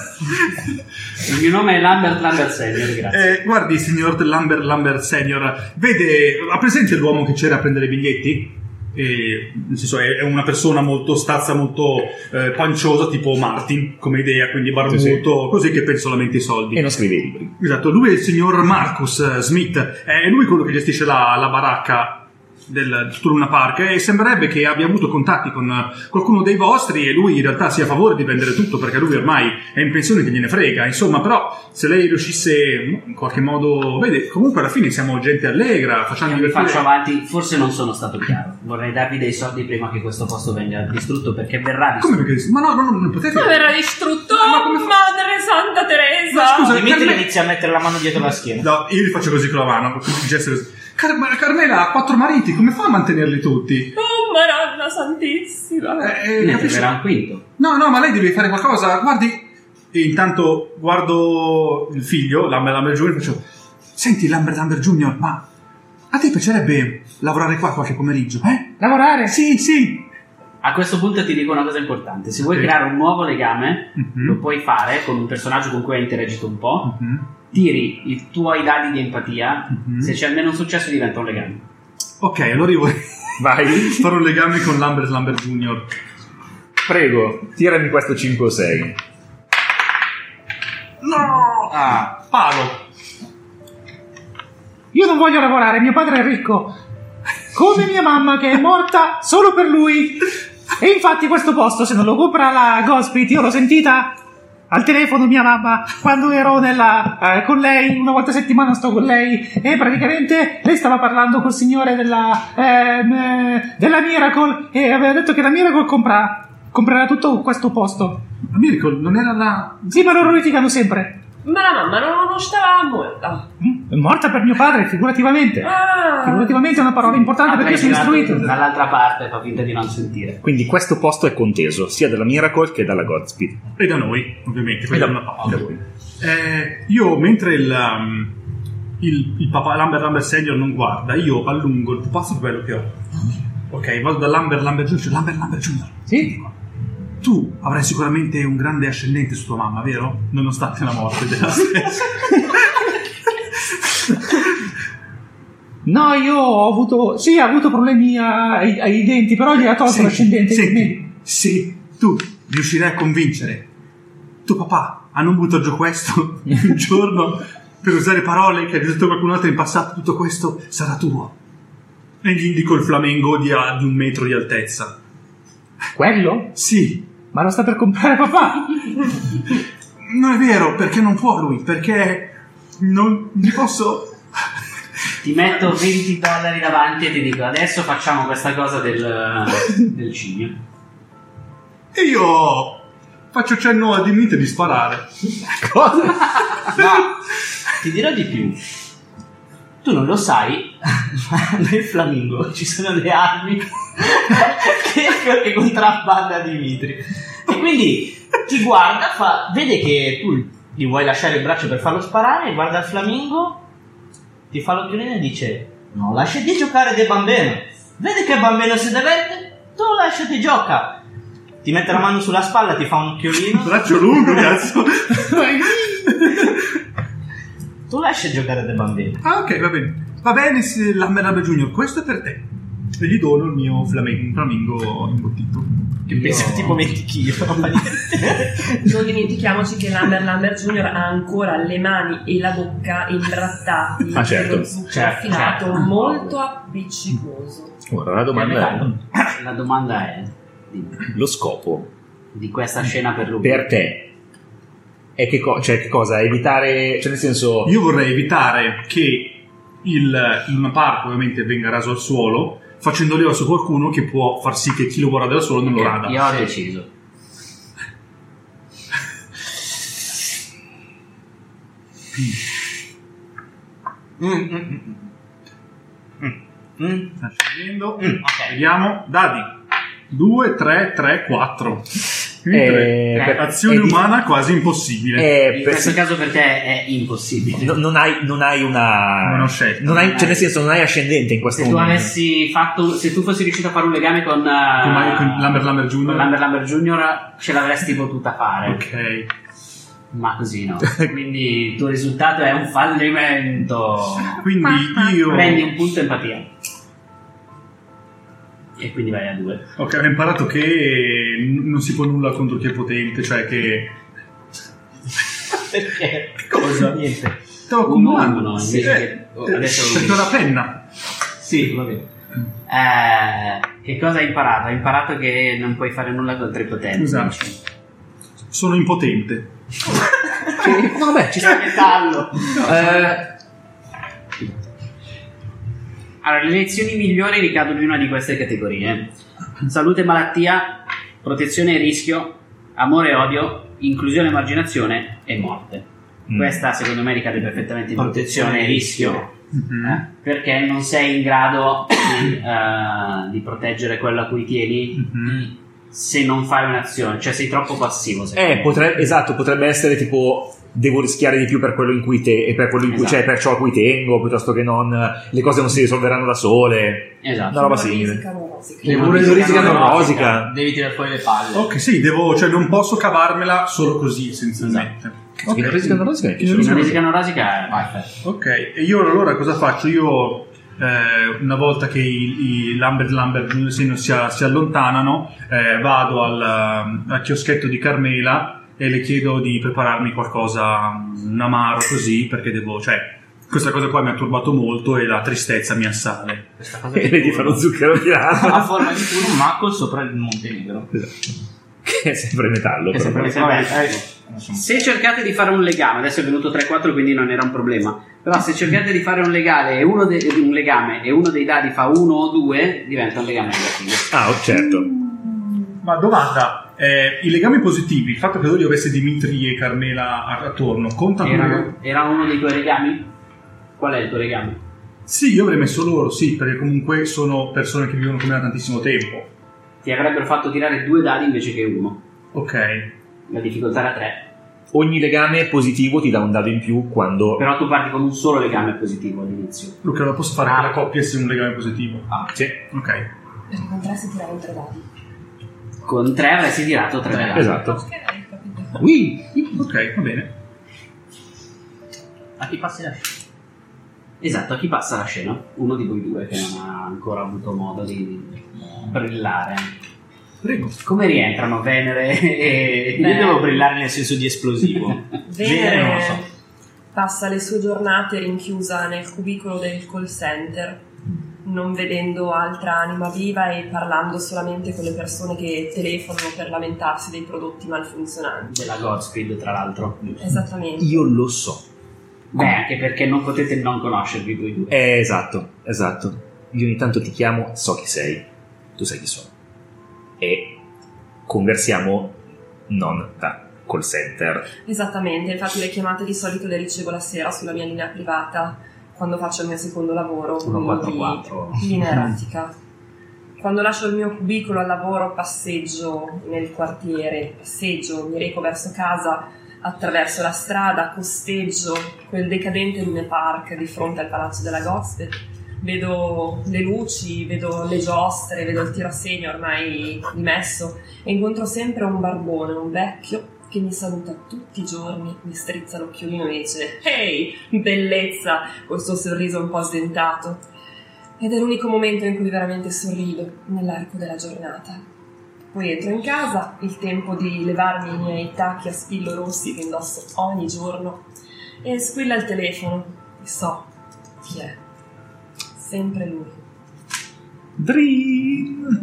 il mio nome è Lambert Lambert Senior, grazie. Eh, guardi, signor Lambert Lambert Senior, vede, ha presente l'uomo che c'era a prendere i biglietti? E, nel senso, è, è una persona molto stazza, molto eh, panciosa, tipo Martin, come idea, quindi barbuto, Sì, sì. così che pensa solamente ai soldi. E non scrive i libri. Esatto, lui è il signor Marcus eh, Smith, è lui quello che gestisce la, la baracca del tutto Luna Park e sembrerebbe che abbia avuto contatti con eh, qualcuno dei vostri e lui in realtà sia a favore di vendere tutto perché lui ormai è in pensione che gliene frega, insomma, però se lei riuscisse in qualche modo, vede, comunque alla fine siamo gente allegra, facciamo Mi divertire. faccio avanti, forse non sono stato chiaro. Vorrei darvi dei soldi prima che questo posto venga distrutto perché verrà distrutto. Come perché? Ma no, no, no, non potete. Ma verrà distrutto, Ma come fa- Madre Santa Teresa! Ma scusa, Dimitri Carme- inizia a mettere la mano dietro la schiena. No, io li faccio così con la mano, con il gesto così. Car- Carmela ha quattro mariti, come fa a mantenerli tutti? Oh, Madonna Santissima! Eh, eh, Ne capisci? arriverà un quinto. No, no, ma lei deve fare qualcosa. Guardi. E intanto guardo il figlio, Lambert Lambert Junior, e faccio: Senti, Lambert Lambert Junior, ma a te piacerebbe lavorare qua qualche pomeriggio? Eh? Lavorare? Sì, sì. A questo punto ti dico una cosa importante. Se vuoi Sì. creare un nuovo legame, Mhm. lo puoi fare con un personaggio con cui hai interagito un po'. Mhm. Tiri i tuoi dadi di empatia. Mhm. Se c'è almeno un successo, diventa un legame. Ok, allora io vorrei Vai. fare un legame con Lambert Lambert Junior. Prego, tirami questo cinque o sei. No! Ah, Palo. Io non voglio lavorare, mio padre è ricco. Come mia mamma che è morta solo per lui. E infatti questo posto, se non lo compra la Gospit, io l'ho sentita al telefono mia mamma quando ero nella, eh, con lei, una volta a settimana sto con lei e praticamente lei stava parlando col signore della, ehm, eh, della Miracle e aveva detto che la Miracle compra, comprerà tutto questo posto. Ma Miracle, non era la... Sì, ma loro litigano sempre. Ma la mamma non, non stava morta. È morta per mio padre, figurativamente. Ah, Figurativamente è una parola importante perché io sono Avrai istruito. girato dall'altra parte, fa finta di non sentire. Quindi questo posto è conteso sia dalla Miracle che dalla Godspeed. E da noi, ovviamente. E quella da, è una parte. da voi. Eh, io, mentre il, um, il, il papà Lambert Lambert Senior non guarda, io allungo il pupazzo più bello che ho. Ok, vado da Lambert Lambert Junior. Lambert Lambert Junior. Sì? Tu avrai sicuramente un grande ascendente su tua mamma, vero? Nonostante la morte della stessa. No, io ho avuto. Sì, ho avuto problemi ai, ai denti, però gli ha tolto Senti, l'ascendente. senti, se tu riuscirai a convincere tuo papà a non buttare giù questo un giorno per usare parole che ha detto qualcun altro in passato, tutto questo sarà tuo. E gli indico il flamengo di, a- di un metro di altezza. Quello? Sì, Ma lo sta per comprare papà. non è vero, perché non può lui, perché non gli posso... Ti metto venti dollari davanti e ti dico adesso facciamo questa cosa del, del cigno. E io faccio cenno a Dimitri di sparare. Cosa? no, ti dirò di più. Tu non lo sai, ma nel flamingo ci sono le armi che perché contrabbanda Dimitri. E quindi ti guarda, fa, vede che tu gli vuoi lasciare il braccio per farlo sparare, guarda il flamingo, ti fa l'occhiolino e dice: no, lasciati giocare dei bambini. Vedi che bambino si diverte? Tu lasciati gioca. Ti mette la mano sulla spalla, ti fa un occhiolino. Braccio lungo, cazzo. Tu lasci giocare dei bambini. Ah, ok, va bene. Va bene, sì, Lamberlabe Junior, questo è per te. E gli dono il mio flamingo, flamingo imbottito. Che penso tipo venti chili. Non dimentichiamoci che Lambert Lambert Junior ha ancora le mani e la bocca imbrattati Ah, certo. dello zucchero Certo, affinato certo. molto appiccicoso. Ora la domanda è La domanda è: di, lo scopo di questa scena per lui. per te è che, co- cioè, che cosa? Evitare, cioè nel senso Io vorrei evitare che il Luna Park ovviamente venga raso al suolo, facendo leva su qualcuno che può far sì che chi lo guarda da solo non lo rada. Io ho deciso. Mm, mm, mm, mm. Mm. Sta scegliendo. Mm, ok. Vediamo. Dadi. due, tre, tre, quattro. Eh, per- Azione è di- umana quasi impossibile. è In per- questo caso per te è impossibile. no- non, hai, non hai una Non ho scelta. non hai, cioè nel senso non hai ascendente in questo Se tu momento. avessi fatto, se tu fossi riuscito a fare un legame con, uh, Con Mario- con Lambert Lambert Junior? con Lambert Lambert Junior, ce l'avresti potuta fare. Ok. Ma così no. Quindi il tuo risultato è un fallimento. Quindi io Prendi un punto empatia. E quindi vai a due. Ok, ho imparato che n- non si può nulla contro chi è potente, cioè che Perché? che cosa? Niente. Stavo Un accumulando. uno, invece Eh, che- adesso lo perché ho dici. la penna. Sì, va bene. Eh, che cosa hai imparato? Hai imparato che non puoi fare nulla contro i potenti. Esatto. dici. Sono impotente. No, beh, ci sta. Metallo. Eh, Allora, le lezioni migliori ricadono in una di queste categorie: salute e malattia, protezione e rischio, amore e odio, inclusione e emarginazione e morte. Mm. Questa secondo me ricade perfettamente in protezione Protezione e e rischio, Mhm. eh, perché non sei in grado di, eh, di proteggere quello a cui tieni Mhm. se non fai un'azione, cioè sei troppo passivo. secondo eh, me. potrebbe, esatto, potrebbe essere tipo devo rischiare di più per quello in cui te e per quello in cui, Esatto. cioè per ciò a cui tengo, piuttosto che non le cose non si risolveranno da sole. Esatto. Una roba Non simile. risica, non rosica. Le Non risica, risica, non non rosica. Devi tirare fuori le palle. Ok, sì, devo, cioè non posso cavarmela solo così, essenzialmente. Esatto. Chi non risica, non rosica, chi Chi non non Non risica- risica, non rosica, vai. Ok, e io allora cosa faccio? Io eh, una volta che i, i Lambert Lambert Junior si, si allontanano, eh, vado al, al chioschetto di Carmela e le chiedo di prepararmi qualcosa, un amaro così, perché devo, cioè, questa cosa qua mi ha turbato molto e la tristezza mi assale. Questa cosa E vedi fa lo zucchero ha tirato. forma di culo, ma con sopra il Montenegro. Che è sempre metallo. Che però. sempre- vabbè, eh, insomma. Se cercate di fare un legame, adesso è venuto tre quattro quindi non era un problema, però se cercate di fare un legame e uno, de- un legame, e uno dei dadi fa uno o due, diventa un legame negativo. Ah, oh, certo. Ma domanda, eh, i legami positivi, il fatto che tu li avessi Dimitri e Carmela attorno, contano? Era, era uno dei tuoi legami? Qual è il tuo legame? Sì, io avrei messo loro, sì, perché comunque sono persone che vivono con me da tantissimo tempo. Ti avrebbero fatto tirare due dadi invece che uno. Ok. La difficoltà era tre. Ogni legame positivo ti dà un dado in più quando... Però tu parti con un solo legame positivo all'inizio. Luca, lo posso fare Ah. che la coppia sia un legame positivo? Ah. Sì. Ok. Perché con tre si tirano tre dadi. Con tre avresti tirato tre dadi. Esatto. Ok, capito. Ui. Ok, va bene. A chi passi la scena? Esatto, a chi passa la scena? Uno di voi due che non ha ancora avuto modo di brillare. Prego. Come rientrano Venere e... Io devo brillare nel senso di esplosivo. Venere non lo Venere so. passa le sue giornate rinchiusa nel cubicolo del call center, non vedendo altra anima viva e parlando solamente con le persone che telefonano per lamentarsi dei prodotti malfunzionanti. della Godspeed, tra l'altro. Esattamente. Io lo so. Beh, anche perché non potete non conoscervi voi due. Eh, esatto, esatto. Io ogni tanto ti chiamo, so chi sei, tu sai chi sono. E conversiamo non da call center. Esattamente, infatti le chiamate di solito le ricevo la sera sulla mia linea privata quando faccio il mio secondo lavoro, uno quattro quindi quattro. linea erratica. Quando lascio il mio cubicolo al lavoro passeggio nel quartiere, passeggio, mi reco verso casa, attraverso la strada, costeggio quel decadente Lune Park di fronte al palazzo della Gospel, vedo le luci, vedo le giostre, vedo il tiro a segno ormai dimesso e incontro sempre un barbone, un vecchio che mi saluta tutti i giorni, mi strizza l'occhiolino e dice «Ehi, bellezza!» col suo sorriso un po' sdentato. Ed è l'unico momento in cui veramente sorrido nell'arco della giornata. Poi entro in casa, il tempo di levarmi i miei tacchi a spillo rossi che indosso ogni giorno, e squilla il telefono e so chi è. Sempre lui. Dream.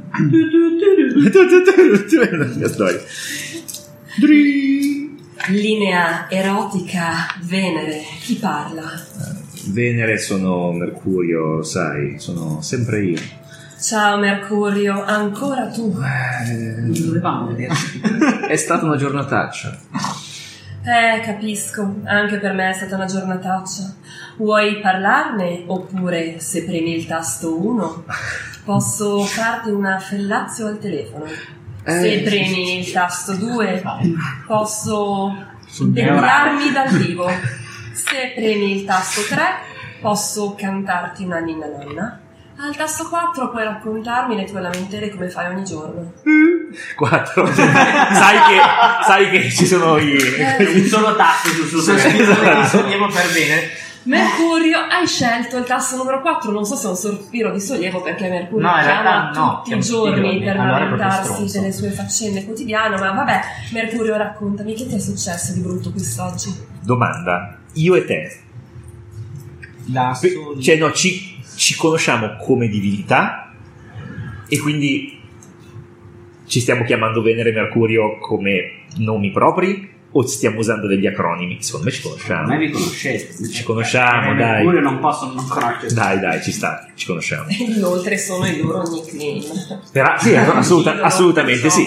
La mia storia. Dream. Linea erotica, Venere, chi parla? Venere sono Mercurio, sai, sono sempre io. Ciao Mercurio, ancora tu? Eh, Dovevamo vederci. è stata una giornataccia. Eh, capisco, anche per me è stata una giornataccia. Vuoi parlarne? Oppure, se premi il tasto uno, posso farti una fellazio al telefono. Se Eh, premi il tasto due, posso Sul decolarmi dal vivo. Se premi il tasto tre, posso cantarti una ninna nanna. Al tasto quattro puoi raccontarmi le tue lamentele come fai ogni giorno. quattro. sai, che, sai che ci sono i... Un solo tasto sul suo Sospiro telefono. di sollievo per Venere. Mercurio, hai scelto il tasto numero quattro. Non so se è un sospiro di sollievo, perché Mercurio No, in chiama realtà no, tutti i chiama tutti i giorni giorni. per Allora è proprio lamentarsi stronzo. delle sue faccende quotidiane. Ma vabbè, Mercurio, raccontami, che ti è successo di brutto quest'oggi? Domanda, io e te, La Pe- sol- cioè no, ci, ci conosciamo come divinità e quindi ci stiamo chiamando Venere e Mercurio come nomi propri o stiamo usando degli acronimi? Secondo me ci A conosciamo. me vi conoscete. Ci conosciamo, Eh, dai. Mercurio non posso non conoscere. Dai, dai, ci sta, ci conosciamo. E inoltre sono i loro nickname. Però, sì, assoluta- Io non assolutamente so. sì.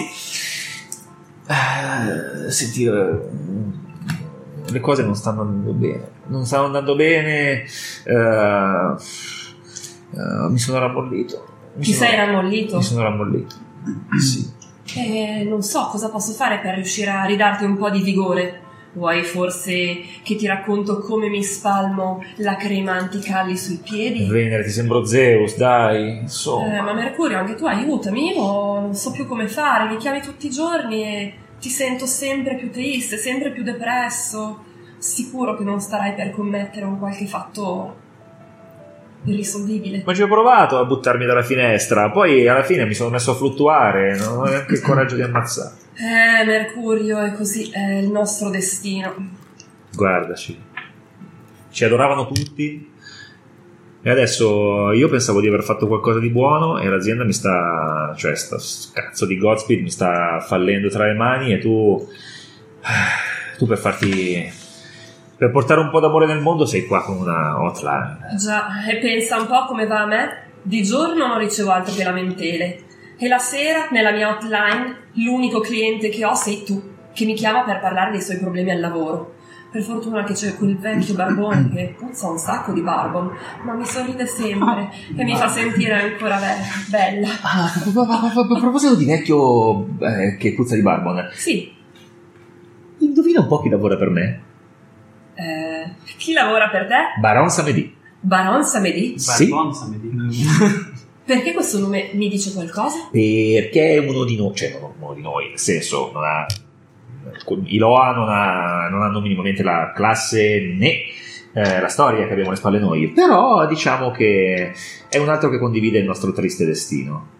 Eh, senti, eh, le cose non stanno andando bene. Non stanno andando bene. eh, eh, mi sono rammollito. Mi Ti sono- sei rammollito? Mi sono rammollito. Sì. Eh, non so cosa posso fare per riuscire a ridarti un po' di vigore. Vuoi forse che ti racconto come mi spalmo la crema anticalli sui piedi? Venere, ti sembro Zeus, dai. Insomma. Eh, ma Mercurio, anche tu aiutami, io non so più come fare, mi chiami tutti i giorni e ti sento sempre più triste, sempre più depresso. Sicuro che non starai per commettere un qualche fatto irrisolvibile. Ma ci ho provato a buttarmi dalla finestra, poi alla fine mi sono messo a fluttuare, non ho neanche il coraggio di ammazzare. Eh, Mercurio, è così, è il nostro destino. Guardaci, ci adoravano tutti e adesso io pensavo di aver fatto qualcosa di buono e l'azienda mi sta, cioè sta cazzo di Godspeed mi sta fallendo tra le mani e tu, tu per farti, per portare un po' d'amore nel mondo sei qua con una hotline. Già, e pensa un po' come va a me? Di giorno non ricevo altro che lamentele. E la sera, nella mia hotline, l'unico cliente che ho sei tu, che mi chiama per parlare dei suoi problemi al lavoro. Per fortuna che c'è quel vecchio barbone che puzza un sacco di barbon, ma mi sorride sempre e mi fa sentire ancora be- bella. Ah, a proposito di vecchio eh, che puzza di barbon, Sì, indovina un po' chi lavora per me? eh, chi lavora per te? Baron Samedi. Baron Samedi? Sì. Barbon, Samedi. Perché questo nome mi dice qualcosa? Perché è uno di noi, cioè non uno di noi, nel senso non ha, i Loa non, ha, non hanno minimamente la classe né eh, la storia che abbiamo alle spalle noi, però diciamo che è un altro che condivide il nostro triste destino.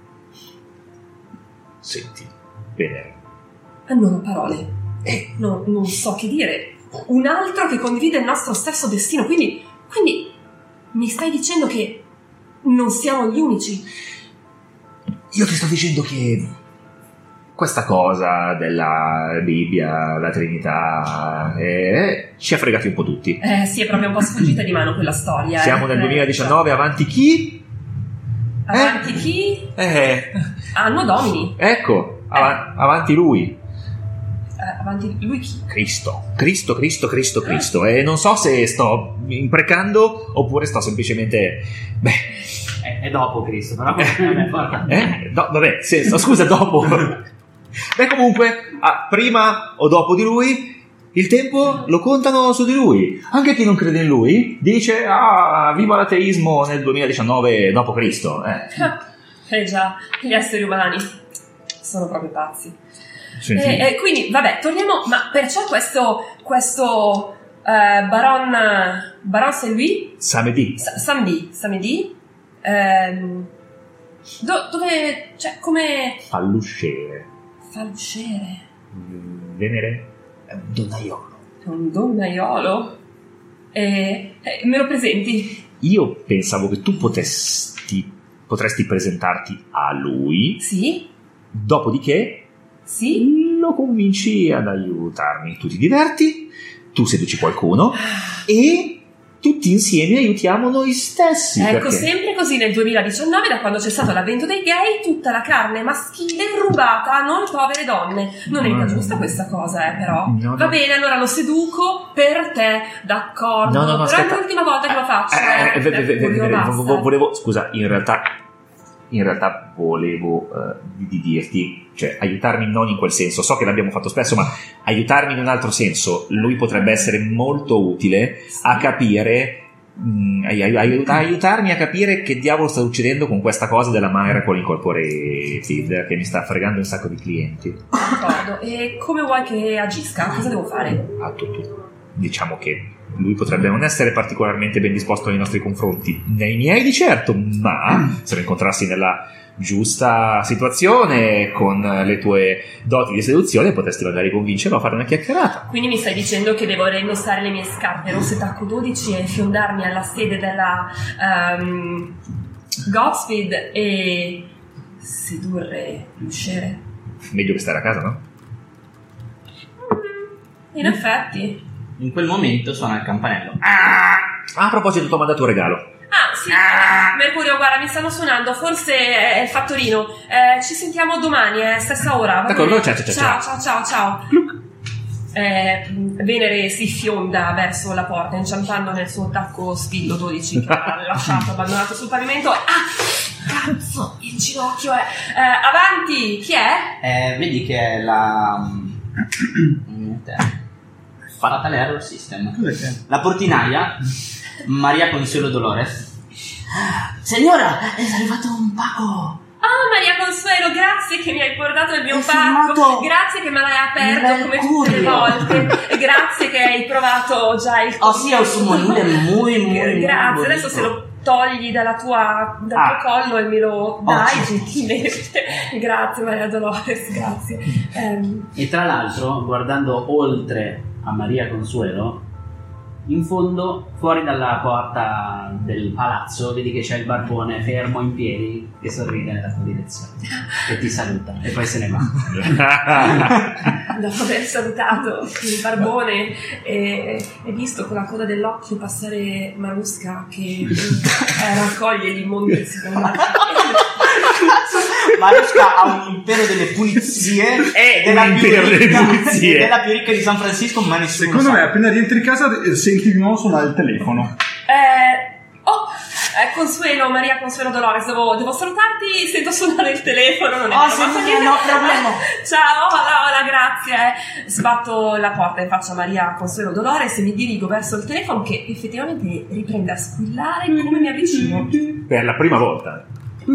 Senti, bene. Non ho parole. Eh, No, non so che dire. Un altro che condivide il nostro stesso destino. Quindi, quindi mi stai dicendo che non siamo gli unici? io ti sto dicendo che questa cosa della Bibbia, la Trinità, eh, ci ha fregati un po' tutti. Eh, sì, è proprio un po' sfuggita di mano quella storia. Siamo eh. nel Eh, duemiladiciannove, avanti chi? cioè, avanti chi? Eh, Anno Domini. ecco, av- avanti lui. Eh, avanti, lui chi? Cristo, Cristo, Cristo, Cristo, Cristo. E non so se sto imprecando oppure sto semplicemente... Beh... È, è dopo Cristo, però... Vabbè, porta. Eh? Do- vabbè, se, no, scusa, dopo. Beh, comunque, ah, prima o dopo di lui... Il tempo lo contano su di lui. Anche chi non crede in lui dice: ah, viva l'ateismo nel duemiladiciannove dopo Cristo. Eh. Eh già, gli esseri umani sono proprio pazzi. Sì, e, sì. e quindi, vabbè, torniamo. Ma perciò questo, questo eh, Baron Baron Saint-Louis? Samedi. Sa- Samedi, Samedi. Ehm, do- dove, cioè, come Fa l'usciere. fa l'usciere? Venere è un donnaiolo. È un donnaiolo? E, e me lo presenti? Io pensavo che tu potesti, potresti presentarti a lui, Sì? dopodiché Sì? lo convinci ad aiutarmi. Tu ti diverti, tu seduci qualcuno e tutti insieme aiutiamo noi stessi. Ecco, perché? sempre così nel duemiladiciannove, da quando c'è stato l'avvento dei gay, tutta la carne maschile rubata a noi povere donne. Non è mica giusta questa cosa, eh, però. No, Va no. bene, allora lo seduco per te, d'accordo. No, no, no, però aspetta. è l'ultima volta che lo faccio. Eh, eh, eh. ve- ve- ve- Ecco, ve- io ve- basta. vo- volevo, scusa, in realtà, in realtà volevo eh, di, di dirti, cioè aiutarmi non in quel senso, so che l'abbiamo fatto spesso, ma aiutarmi in un altro senso. Lui potrebbe essere molto utile a capire, mh, ai- ai- aiut- aiutarmi a capire che diavolo sta succedendo con questa cosa della Miracle Incorporated che mi sta fregando un sacco di clienti. D'accordo. E come vuoi che agisca? Cosa devo fare? Ah, tu, tu. Diciamo che lui potrebbe non essere particolarmente ben disposto nei nostri confronti, nei miei di certo, ma se lo incontrassi nella giusta situazione con le tue doti di seduzione potresti magari convincerlo a fare una chiacchierata. Quindi mi stai dicendo che devo reindossare le mie scarpe rosse tacco dodici e fiondarmi alla sede della um, Godspeed e sedurre l'usciere? Meglio che stare a casa, no? In effetti. In quel momento suona il campanello. Ah, a proposito, ti ho mandato un regalo. Ah, sì, Mercurio, guarda, mi stanno suonando, forse è il fattorino. Eh, ci sentiamo domani, eh, stessa ora. va D'accordo, bene? ciao, ciao, ciao, ciao. ciao, ciao, ciao. Eh, Venere si fionda verso la porta, inciampando nel suo tacco spillo dodici che ha lasciato abbandonato sul pavimento. Ah, cazzo, il ginocchio è... Eh, avanti, chi è? Eh, vedi che è la... Niente. Fatal Error System. Cos'è che è? La portinaia, Maria Consuelo Dolores. Signora, è arrivato un pacco. Ah, Maria Consuelo, grazie che mi hai portato il mio È pacco, firmato grazie che me l'hai aperto come tutte le Mercurio. volte, e grazie che hai provato già il Oh sì, è un sumonile muy, muy, grazie, muy adesso se bonito. lo togli dalla tua, dal Ah. tuo collo e me lo dai Oh, sì. gentilmente. Grazie Maria Dolores, grazie. Ehm, E tra l'altro, guardando oltre a Maria Consuelo, in fondo, fuori dalla porta del palazzo, vedi che c'è il barbone fermo in piedi che sorride nella tua direzione e ti saluta e poi se ne va. dopo aver salutato il barbone e, e visto con la coda dell'occhio passare Marusca che eh, raccoglie l'immondizia con la- Mariusca ha un impero delle pulizie È della un più impero delle ricca- pulizie. della più ricca di San Francisco, ma nessuno Secondo sa. me, appena rientri in casa, eh, senti di nuovo suonare il telefono. Eh, oh, eh, Consuelo, Maria Consuelo Dolores, devo, devo salutarti, sento suonare il telefono, non è Oh, vero, sì, ma fa sì, niente. no problema. Ciao, hola, hola, grazie. Sbatto la porta in faccia a Maria Consuelo Dolores e mi dirigo verso il telefono che effettivamente riprende a squillare come mi avvicino. Per la prima volta.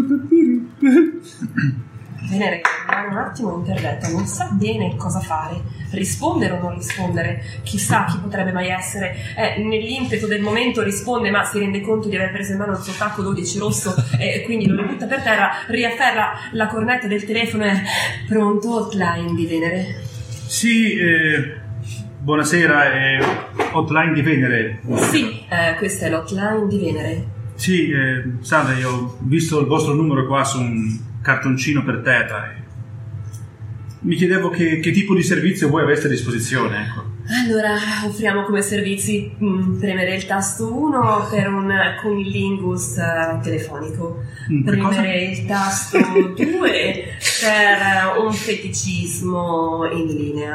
Venere rimane un attimo interdetta, non sa bene cosa fare, rispondere o non rispondere, chissà chi potrebbe mai essere. Eh, nell'impeto del momento risponde, ma si rende conto di aver preso in mano il suo tacco dodici rosso e quindi lo butta per terra, riafferra la cornetta del telefono e pronto hotline di Venere. Sì, eh, buonasera, è hotline di Venere. Sì, eh, questa è l'hotline di Venere. Sì, eh, salve, io ho visto il vostro numero qua su un cartoncino per terra e mi chiedevo che, che tipo di servizio voi aveste a disposizione, ecco. Allora, offriamo come servizi mh, premere il tasto uno per un cunnilingus uh, telefonico, Mm, per cosa? premere il tasto due per uh, un feticismo in linea,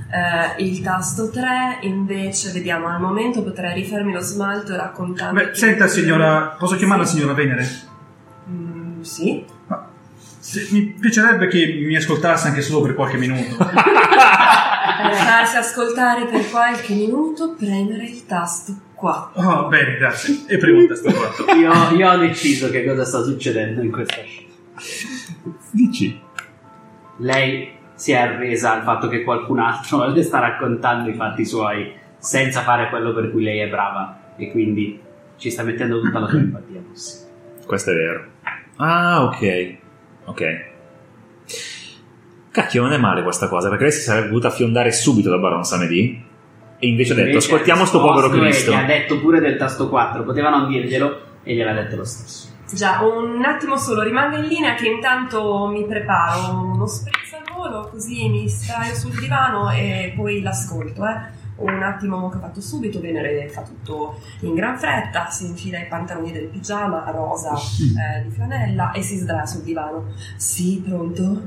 Eh, il tasto tre invece, vediamo, al momento potrei rifarmi lo smalto raccontando. Beh, senta signora, posso chiamare Sì. la signora Venere? Mm, sì. Ma, se- mi piacerebbe che mi ascoltasse anche solo per qualche minuto. Per farsi ascoltare per qualche minuto, premere il tasto quattro. Oh, bene, grazie. E primo il tasto quattro. Io, io ho deciso che cosa sta succedendo in questa scena. Dici? Lei si è arresa al fatto che qualcun altro le sta raccontando i fatti suoi senza fare quello per cui lei è brava, e quindi ci sta mettendo tutta la sua empatia possibile. Questo è vero. Ah, ok. Ok. Cacchio, non è male questa cosa, perché lei si sarebbe voluta fiondare subito da Baron Samedi e invece ha detto, Invece ascoltiamo ha sto povero risposto e Cristo. gli ha detto pure del tasto quattro, poteva non dirglielo e gliel'ha detto lo stesso. Già, un attimo solo, rimanga in linea che intanto mi preparo uno spritz al volo, così mi straio sul divano e poi l'ascolto, eh. Un attimo che ho fatto subito, Venere fa tutto in gran fretta, si infila i pantaloni del pigiama rosa eh, di flanella e si sdraia sul divano. Sì, pronto?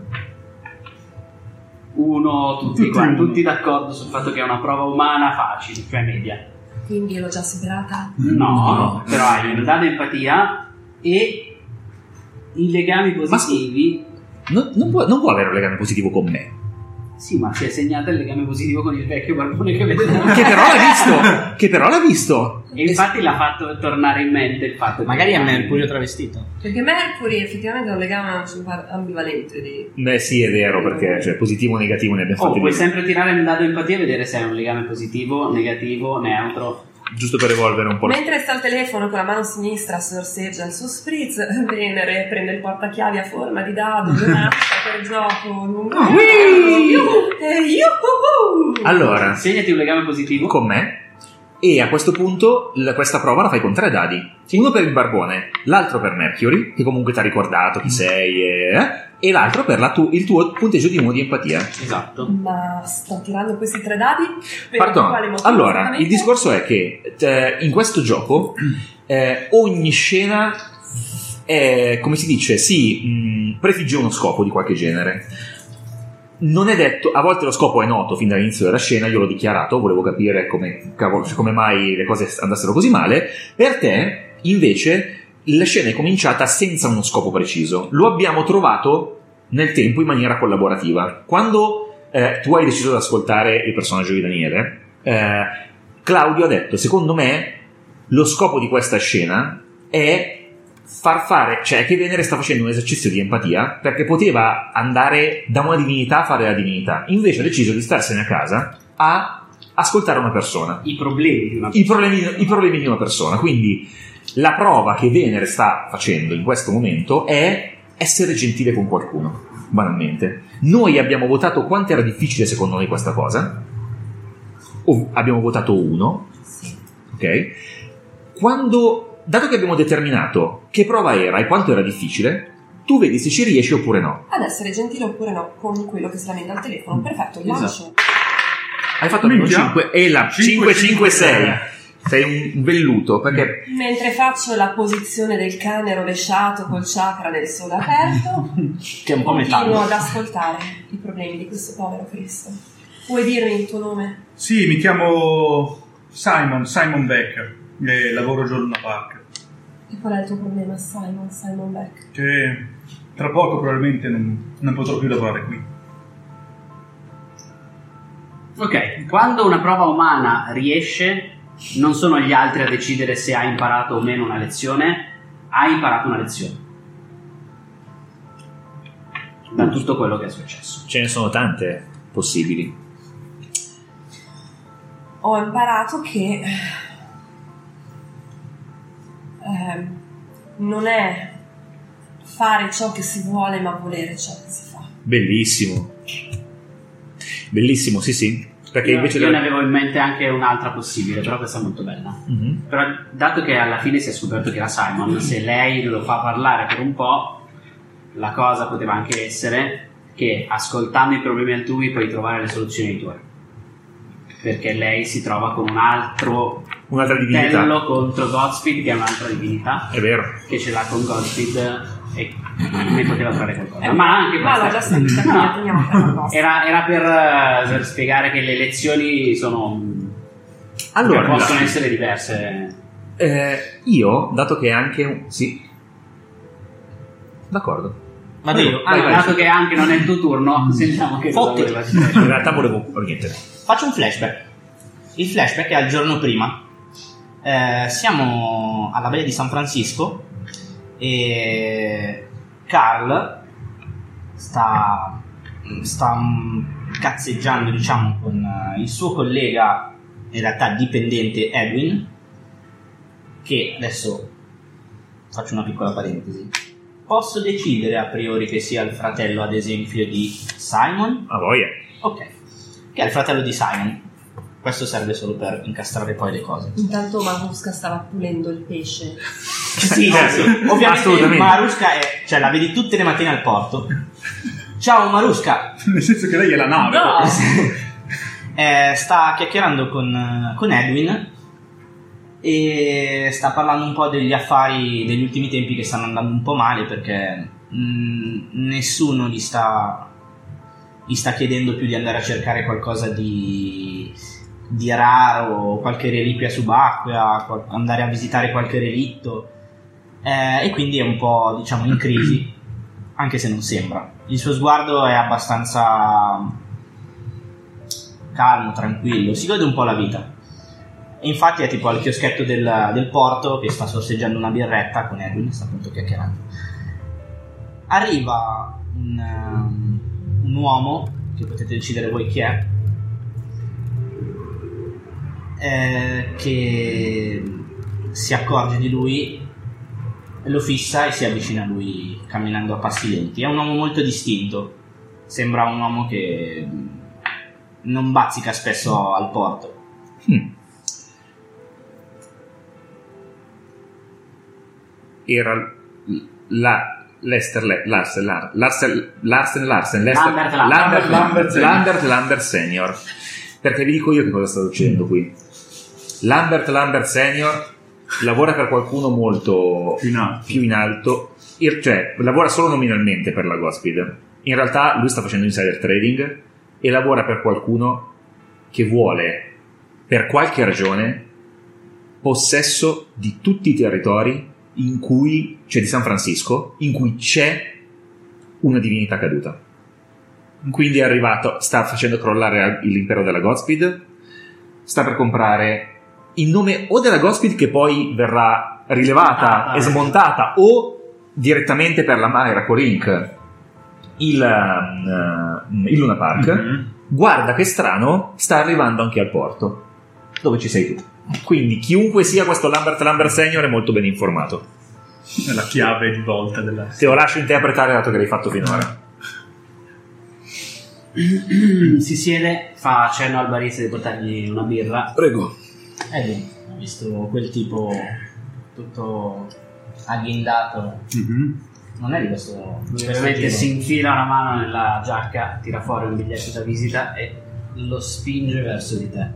Uno, tutti, Tutti qua, uno. tutti d'accordo sul fatto che è una prova umana facile, cioè media. Quindi l'ho già superata? No, No. però hai un dato empatia e i legami positivi. Non, non può, non può avere un legame positivo con me. Sì, ma si è segnato il legame positivo con il vecchio barbone che vedete. Che però l'ha visto! Che però l'ha visto! E infatti l'ha fatto tornare in mente il fatto che Magari è Mercurio travestito. Perché Mercury effettivamente è un legame ambivalente di... Beh sì, è vero, perché cioè, positivo o negativo ne abbiamo Oh, fatti puoi due. sempre tirare un dado empatia e vedere se è un legame positivo, negativo, neutro. Giusto per evolvere un po'. la- Mentre sta al telefono con la mano sinistra sorseggia il suo spritz, Venere prende il portachiavi a forma di dado, una per gioco lungo. E yuhu! Allora, Segnati un legame positivo. con me, e a questo punto la- questa prova la fai con tre dadi. Uno per il barbone, l'altro per Mercury, che comunque ti ha ricordato chi sei, e, e l'altro per la tu- il tuo punteggio di uno di empatia. Esatto. Ma sto tirando questi tre dadi per Pardon. quale motivo? Allora, esattamente? il discorso è che eh, in questo gioco eh, ogni scena è, come si dice, si mh, prefigge uno scopo di qualche genere. Non è detto, a volte lo scopo è noto fin dall'inizio della scena, io l'ho dichiarato, volevo capire come, cavolo, come mai le cose andassero così male. Per te, invece, la scena è cominciata senza uno scopo preciso. Lo abbiamo trovato nel tempo in maniera collaborativa. Quando eh, tu hai deciso di ascoltare il personaggio di Daniele, eh, Claudio ha detto, secondo me, lo scopo di questa scena è far fare, cioè che Venere sta facendo un esercizio di empatia perché poteva andare da una divinità a fare la divinità, invece ha deciso di starsene a casa a ascoltare una persona, I problemi di una i problemi, i problemi di una persona. Quindi la prova che Venere sta facendo in questo momento è essere gentile con qualcuno, banalmente. Noi abbiamo votato quanto era difficile secondo noi questa cosa, o abbiamo votato uno, Sì. ok? Quando dato che abbiamo determinato che prova era e quanto era difficile, tu vedi se ci riesci oppure no. Ad essere gentile oppure no con quello che si lamenta al telefono. Perfetto, lancio. Esatto. Hai fatto almeno Minchia. cinque e la cinque cinque sei. Sei un velluto perché Mentre faccio la posizione del cane rovesciato col chakra del sole aperto, Che è un po' continuo metallo. ad ascoltare i problemi di questo povero Cristo. Puoi dirmi il tuo nome? Sì, mi chiamo Simon, Simon Beck, e lavoro già a Luna Park. E qual è il tuo problema, Simon, Simon Beck? Che tra poco probabilmente non, non potrò più lavorare qui. Ok, quando una prova umana riesce, non sono gli altri a decidere se ha imparato o meno una lezione, ha imparato una lezione. Da tutto quello che è successo. ce ne sono tante possibili. Ho imparato che ehm, non è fare ciò che si vuole, ma volere ciò che si fa. Bellissimo. Bellissimo, sì sì. Perché Io, invece io da- ne avevo in mente anche un'altra possibile, però questa è molto bella. Mhm. Però dato che alla fine si è scoperto che era Simon, se lei lo fa parlare per un po', la cosa poteva anche essere che ascoltando i problemi altrui puoi trovare le soluzioni ai tuoi. Perché lei si trova con un altro Un'altra divinità. fratello contro Godspeed, che è un'altra divinità, È vero. che ce l'ha con Godspeed e ne poteva fare qualcosa. Ma anche Ma l'ho già questa sentita, quindi andiamo a fare la nostra. era, era per, eh, per spiegare che le lezioni sono Allora, possono essere diverse. eh, io, dato che è anche un... Sì. D'accordo. Vado io. Ah, vai, vai. dato che anche non è il tuo turno, sentiamo che cosa Fottiti. voleva dire. In realtà volevo... oh, niente. Faccio un flashback. Il flashback è al giorno prima. Eh, siamo alla baia di San Francisco e Carl sta, sta cazzeggiando, diciamo, con il suo collega, in realtà dipendente, Edwin, che adesso faccio una piccola parentesi. Posso decidere a priori che sia il fratello, ad esempio, di Simon? A voglia. Ok, che è il fratello di Simon. Questo serve solo per incastrare poi le cose. Intanto Maruska stava pulendo il pesce. Sì, Eh, sì. Ovviamente assolutamente. Maruska è, cioè la vedi tutte le mattine al porto. Ciao Maruska. Nel senso che lei è la nave. No! Eh, sta chiacchierando con, con Edwin e sta parlando un po' degli affari degli ultimi tempi che stanno andando un po' male perché mh, nessuno gli sta gli sta chiedendo più di andare a cercare qualcosa di, di raro, qualche reliquia subacquea, qual- andare a visitare qualche relitto, eh, e quindi è un po', diciamo, in crisi, anche se non sembra. Il suo sguardo è abbastanza calmo, tranquillo, si gode un po' la vita. E infatti è tipo al chioschetto del, del porto che sta sorseggiando una birretta con Edwin, sta appunto chiacchierando. Arriva un, um, un uomo, che potete decidere voi chi è, eh, che si accorge di lui, lo fissa e si avvicina a lui camminando a passi lenti. È un uomo molto distinto, sembra un uomo che non bazzica spesso al porto. Hmm. Era la Lester Le- Larsen Lar- Larsen Larsen Larsen Lester Lambert Lambert. Lambert Lambert Lambert Lambert Senior. Perché vi dico io che cosa sta succedendo qui. Lambert Lambert Senior lavora per qualcuno molto Più in alto. più in alto, Ir- cioè lavora solo nominalmente per la Gospid. In realtà lui sta facendo insider trading e lavora per qualcuno che vuole, per qualche ragione, possesso di tutti i territori in cui c'è, di San Francisco, in cui c'è una divinità caduta. Quindi è arrivato, sta facendo crollare l'impero della Godspeed, sta per comprare in nome o della Godspeed che poi verrà rilevata Ah, e smontata, o direttamente per la Miracle Incorporated il, uh, il Luna Park. Mhm. Guarda che strano, sta arrivando anche al porto dove ci sei tu. Quindi chiunque sia questo Lambert Lambert Senior è molto ben informato. È la chiave di volta della... Te lo lascio interpretare dato che l'hai fatto finora. Si siede, fa cenno al barista di portargli una birra. Prego. Edwin, ho visto quel tipo tutto agghindato. Mhm. Non è di questo... di questo Ovviamente giro? si infila una mano nella giacca, tira fuori un biglietto da visita e lo spinge verso di te.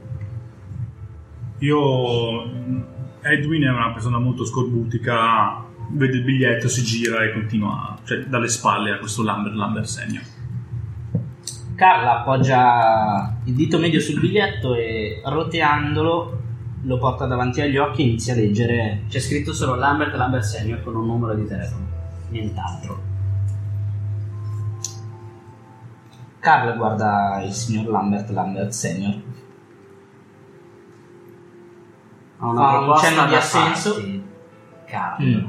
Io... Edwin è una persona molto scorbutica, vede il biglietto, si gira e continua, cioè dalle spalle a questo Lambert Lambert Senior. Carla appoggia il dito medio sul biglietto e roteandolo lo porta davanti agli occhi e inizia a leggere. C'è scritto solo Lambert Lambert Senior con un numero di telefono, nient'altro. Carla guarda il signor Lambert Lambert Senior. Ha una Fa un proposta cenno di da assenso. farti, Carl. Mm.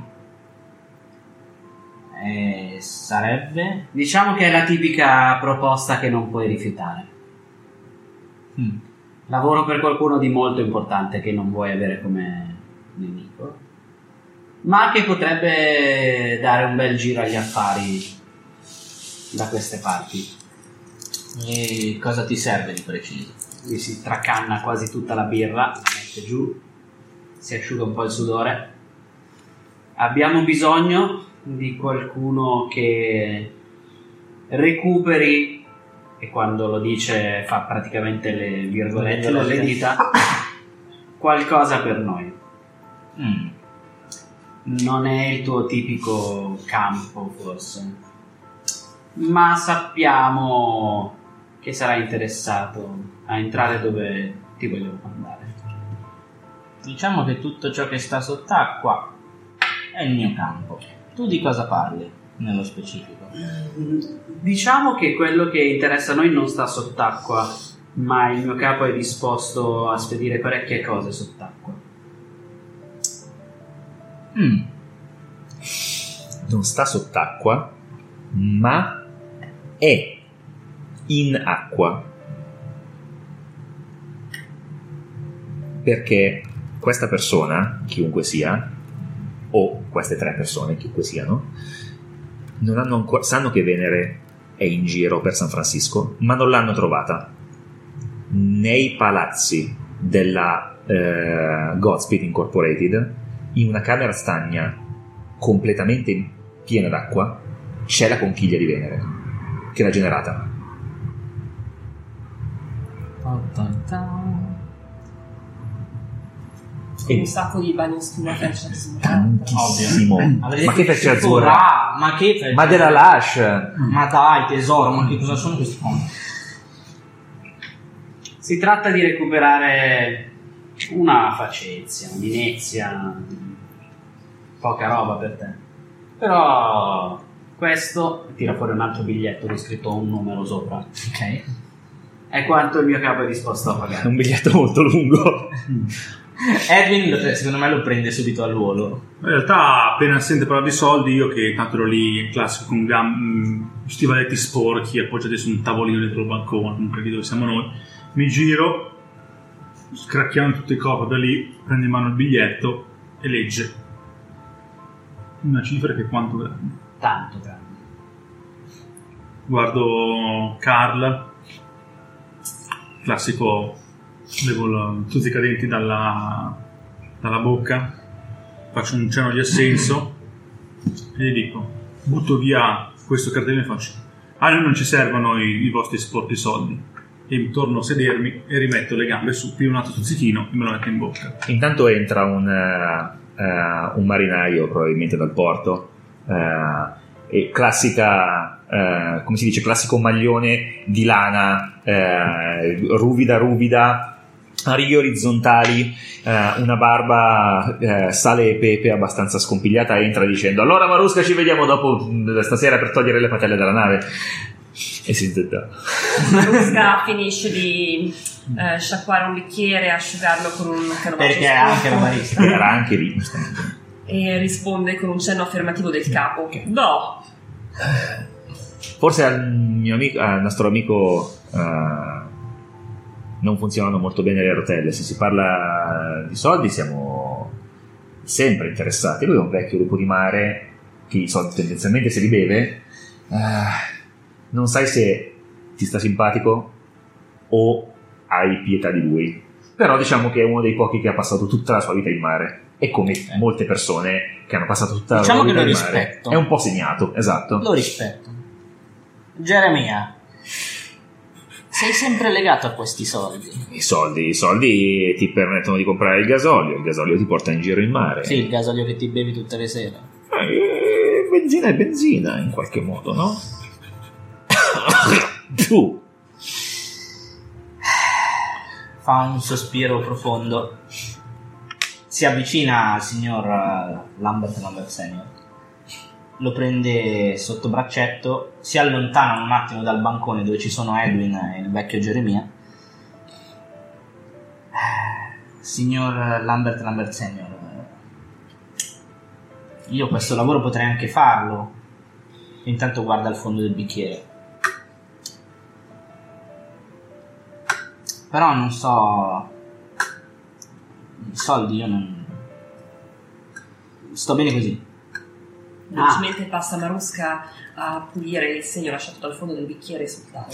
E sarebbe... Diciamo che è la tipica proposta che non puoi rifiutare. Mm. Lavoro per qualcuno di molto importante che non vuoi avere come nemico, ma che potrebbe dare un bel giro agli affari da queste parti. E cosa ti serve di preciso? Lui si tracanna quasi tutta la birra, la mette giù, si asciuga un po' il sudore. Abbiamo bisogno di qualcuno che recuperi, e quando lo dice fa praticamente le virgolette dalle dita, qualcosa per noi. Mm. non è il tuo tipico campo, forse, ma sappiamo che sarai interessato a entrare dove ti voglio mandare. Diciamo che tutto ciò che sta sott'acqua è il mio campo. Tu di cosa parli nello specifico? Diciamo che quello che interessa a noi non sta sott'acqua, ma il mio capo è disposto a spedire parecchie cose sott'acqua. Mm. Non sta sott'acqua, ma è in acqua. Perché questa persona, chiunque sia, o queste tre persone, chiunque siano, non hanno ancora, sanno che Venere è in giro per San Francisco, ma non l'hanno trovata. Nei palazzi della eh, Godspeed Incorporated, in una camera stagna completamente piena d'acqua, c'è la conchiglia di Venere che l'ha generata. E un sacco di bagnoschiuma freccia azzurra. Tantissimo. Avrete Ma che freccia detto, azzurra? "Ah, ma che freccia Ma della azzurra?" Lash. Ma dai, tesoro, ma che cosa sono questi conti? Si tratta di recuperare una facezia, un'inezia, poca roba per te. Però questo, tira fuori un altro biglietto con scritto un numero sopra, Ok. è quanto il mio capo è disposto a È pagare. un biglietto molto lungo. Edwin secondo me lo prende subito al volo. In realtà, appena sente parlare di soldi, io che tanto ero lì classico con gam- stivaletti sporchi appoggiati su un tavolino dietro il bancone, comunque lì dove siamo noi, mi giro, scracchiando tutto il corpo da lì, prende in mano il biglietto e legge una cifra che è quanto grande. Tanto grande. Guardo Carl, classico, levo la- tutti i cadenti dalla, dalla bocca, faccio un cenno di assenso e gli dico: butto via questo cartellino e faccio: a noi non ci servono i, i vostri sporchi soldi. E torno a sedermi e rimetto le gambe su, piglio un altro stuzzichino e me lo metto in bocca. Intanto entra un, uh, uh, un marinaio, probabilmente dal porto, uh, e classica, uh, come si dice, classico maglione di lana, uh, ruvida ruvida, a righe orizzontali, uh, una barba uh, sale e pepe abbastanza scompigliata, entra dicendo: allora Marusca, ci vediamo dopo stasera per togliere le patelle dalla nave. E si zetta. Marusca finisce di eh, sciacquare un bicchiere, asciugarlo con un canovaccio Perché è anche la sporco barista. Era anche lì. e risponde con un cenno affermativo del capo. No, Forse al, mio amico, al nostro amico uh, non funzionano molto bene le rotelle. Se si parla di soldi siamo sempre interessati. Lui è un vecchio lupo di mare che i soldi tendenzialmente se li beve. Uh, non sai se ti sta simpatico o hai pietà di lui, però diciamo che è uno dei pochi che ha passato tutta la sua vita in mare e come Eh. molte persone che hanno passato tutta Diciamo la che loro lo vita in mare rispetto. è un po' segnato, esatto. Lo rispetto. Geremia, sei sempre legato a questi soldi. I soldi, i soldi ti permettono di comprare il gasolio, il gasolio ti porta in giro in mare. Sì, il gasolio che ti bevi tutte le sere. Eh, benzina è benzina in qualche modo, no? Tu Fa un sospiro profondo. Si avvicina al signor eh, Lambert Lambert senior. Lo prende sotto braccetto. Si allontanano un attimo dal bancone dove ci sono Edwin e il vecchio Geremia. Signor Lambert Lambert senior, io questo lavoro potrei anche farlo. Intanto guarda al fondo del bicchiere. Però non so, i soldi io non... sto bene così. velocemente passa Marusca a pulire il segno lasciato dal fondo del bicchiere sul tavolo.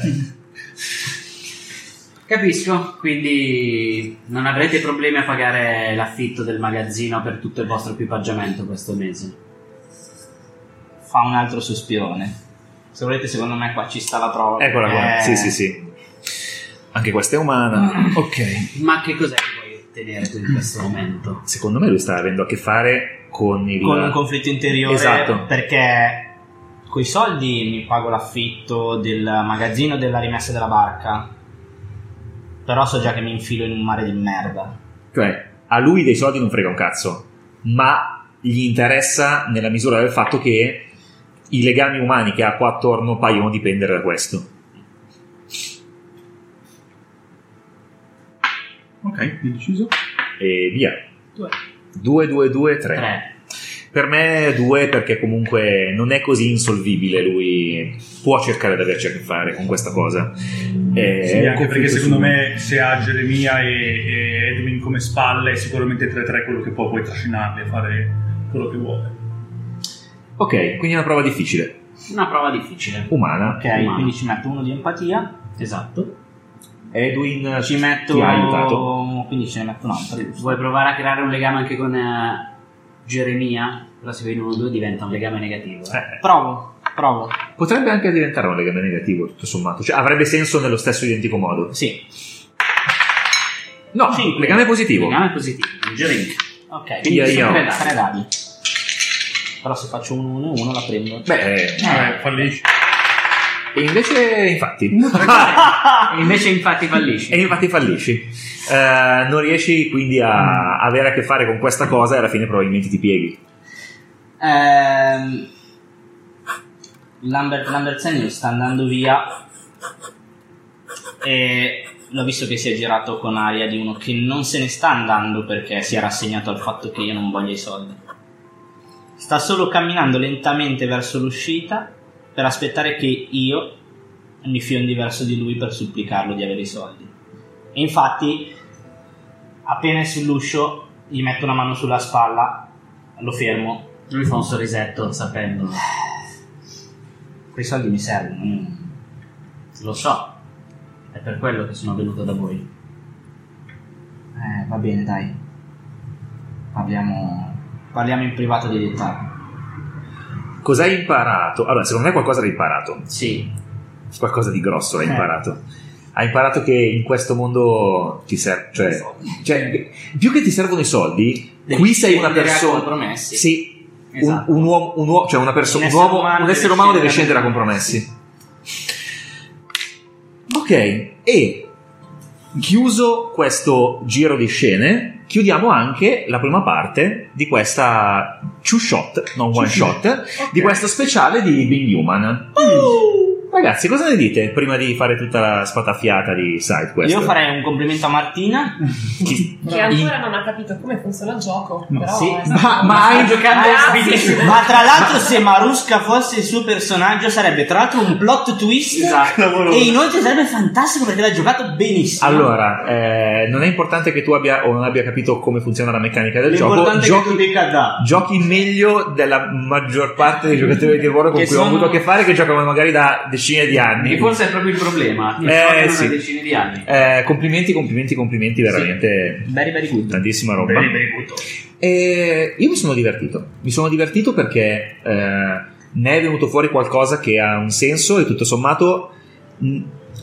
Capisco, quindi non avrete problemi a pagare l'affitto del magazzino per tutto il vostro equipaggiamento questo mese. Fa un altro sospirone. Se volete, secondo me qua ci sta la prova. Eccola qua, Eh, sì sì sì. Anche questa è umana. Ok. Ma che cos'è che vuoi ottenere tu in questo momento? Secondo me lui sta avendo a che fare con il... con un conflitto interiore, Esatto. perché coi soldi mi pago l'affitto del magazzino della rimessa della barca, però so già che mi infilo in un mare di merda. Cioè, a lui dei soldi non frega un cazzo, ma gli interessa nella misura del fatto che i legami umani che ha qua attorno paiono dipendere da questo. Ok, mi deciso. E via. Due. due, due, due, tre. Tre. Per me due, perché comunque non è così insolvibile, lui può cercare di averci a che fare con questa cosa. Eh, Sì, è un anche perché conflitto secondo su- me se ha Geremia e, e Edwin come spalle, sicuramente tre tre quello che può, puoi trascinarli a fare quello che vuole. Ok, quindi è una prova difficile. Una prova difficile. Umana. Ok, Umano. quindi ci metto uno di empatia, Esatto. Edwin ci metto ti ha aiutato. quindi ce ne metto un altro. Vuoi provare a creare un legame anche con eh, Geremia? Però se vedi uno due diventa un legame negativo. eh. Eh, Provo, provo. potrebbe anche diventare un legame negativo, tutto sommato. Cioè, avrebbe senso nello stesso identico modo. Sì. No, Cinque. legame positivo. Legame positivo. Geremia. Ok, Io, quindi io. sono tre dadi. Tre dadi. Però se faccio uno uno uno la prendo. Beh, eh, Eh, fallisci. e invece, infatti, E invece infatti fallisci. e infatti fallisci. Eh, non riesci quindi a avere a che fare con questa cosa e alla fine probabilmente ti pieghi. Ehm, Lambert, Lambert Senior sta andando via e l'ho visto che si è girato con aria di uno che non se ne sta andando perché si è rassegnato al fatto che io non voglio i soldi. Sta solo camminando lentamente verso l'uscita per aspettare che io mi fiondi verso di lui per supplicarlo di avere i soldi. E infatti, appena è sull'uscio, gli metto una mano sulla spalla, lo fermo. Lui fa un sorrisetto sapendo. Quei soldi mi servono. io- Lo so. È per quello che sono venuto da voi. Eh, va bene, dai. Parliamo, parliamo in privato dei dettagli. Cosa hai imparato? Allora, secondo me qualcosa l'hai imparato. Sì. Qualcosa di grosso l'hai Eh. imparato. Hai imparato che in questo mondo ti serve, cioè, cioè, più che ti servono i soldi, Devi qui sei una scendere a persona. compromessi. Sì, Esatto. un, un uomo, un uomo, cioè una persona, Un un, essere uomo, umano un essere deve umano deve scendere scendere a a compromessi. Ok, e chiuso questo giro di scene, chiudiamo anche la prima parte di questa two shot, non one shot, di questo speciale di Being Human. Ragazzi, cosa ne dite prima di fare tutta la spatafiata di SideQuest? Io farei un complimento a Martina. Chi- Che ancora non ha capito come funziona il gioco. No, però sì. è Ma, stato- ma hai giocato Ah, benissimo. sì. Ma tra l'altro, se Maruska fosse il suo personaggio, sarebbe tra l'altro un plot twist. Esatto. E inoltre sarebbe fantastico perché l'ha giocato benissimo. Allora, eh, non è importante che tu abbia o non abbia capito come funziona la meccanica del gioco. l'importante è che tu Giochi, dica da. giochi meglio della maggior parte dei giocatori di ruolo con Che cui ho sono- avuto a che fare, che giocano magari da decine di anni. E forse è proprio il problema. Che Eh, giocano sì. da decine di anni. Eh, complimenti, complimenti, complimenti, veramente Very very good. tantissima roba. Very, very good. E io mi sono divertito. Mi sono divertito perché eh, ne è venuto fuori qualcosa che ha un senso e tutto sommato mh,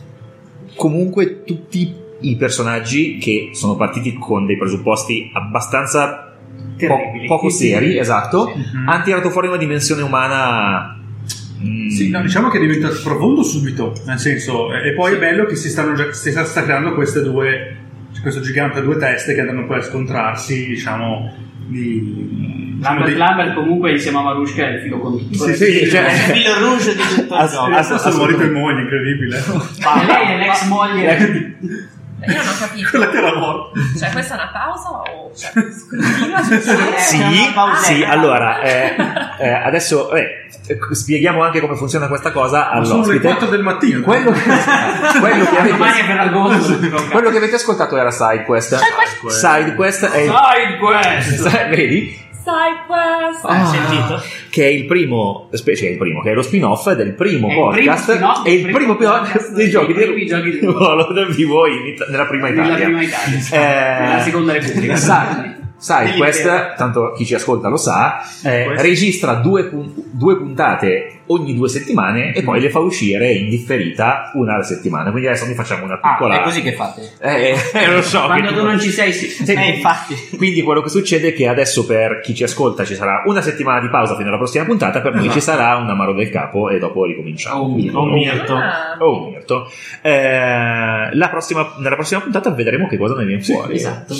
comunque tutti i personaggi che sono partiti con dei presupposti abbastanza po- Terribili. poco seri, esatto, Mhm. hanno tirato fuori una dimensione umana. mh, Sì, no, diciamo che diventa profondo subito, nel senso, e poi è bello che si stanno già, si sta, sta creando queste due, questo gigante a due teste che andranno poi a scontrarsi, diciamo, di... diciamo, Lambert, di- Lambert comunque insieme a Marushka è il filo conduttore. Sì, sì, cioè- È il filo rouge di tutto il Ass- gioco. Adesso sono marito e assolutamente. moglie, incredibile. Ma lei è l'ex moglie. Io non ho capito. Quella che era morta. Cioè, questa è una pausa o cioè, continua a giocare? Sì, c'è una pausetta. sì, allora eh, eh, adesso eh, spieghiamo anche come funziona questa cosa Ma sono le all'ospite. quattro del mattino. Quello che, quello che Domani è avete, Ferragosto. quello che avete ascoltato era SideQuest. SideQuest è Side quest. vedi? SideQuest! Ah, sentito? che è il primo, specie il primo, che è lo spin-off del primo È il primo podcast spin-off e del il primo primo podcast podcast dei dei giochi primi di giochi di ruolo dal vivo in Ita- nella prima Nella Italia. prima Italia. Eh, Nella seconda Repubblica. Side- SideQuest, tanto chi ci ascolta lo sa, eh, registra due, pun- due puntate ogni due settimane e poi le fa uscire in differita una alla settimana. Quindi adesso noi facciamo una piccola... Ah, è così che fate? Eh, eh, lo so. Quando che tu non ci sei, sì. Sì, Eh, infatti. Quindi quello che succede è che adesso per chi ci ascolta ci sarà una settimana di pausa fino alla prossima puntata, per noi ci sarà un amaro del capo e dopo ricominciamo. Oh, mio. Oh, mirto. Ah. Oh, mirto. Eh, la prossima, nella prossima puntata vedremo che cosa ne viene fuori. Esatto.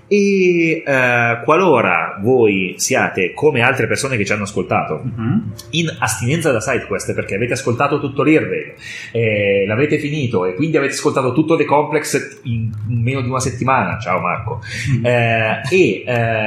E eh, qualora voi siate come altre persone che ci hanno ascoltato Mhm. in astinenza da SideQuest perché avete ascoltato tutto l'Irvale, eh, l'avete finito e quindi avete ascoltato tutto The Complex in meno di una settimana, ciao Marco, eh, e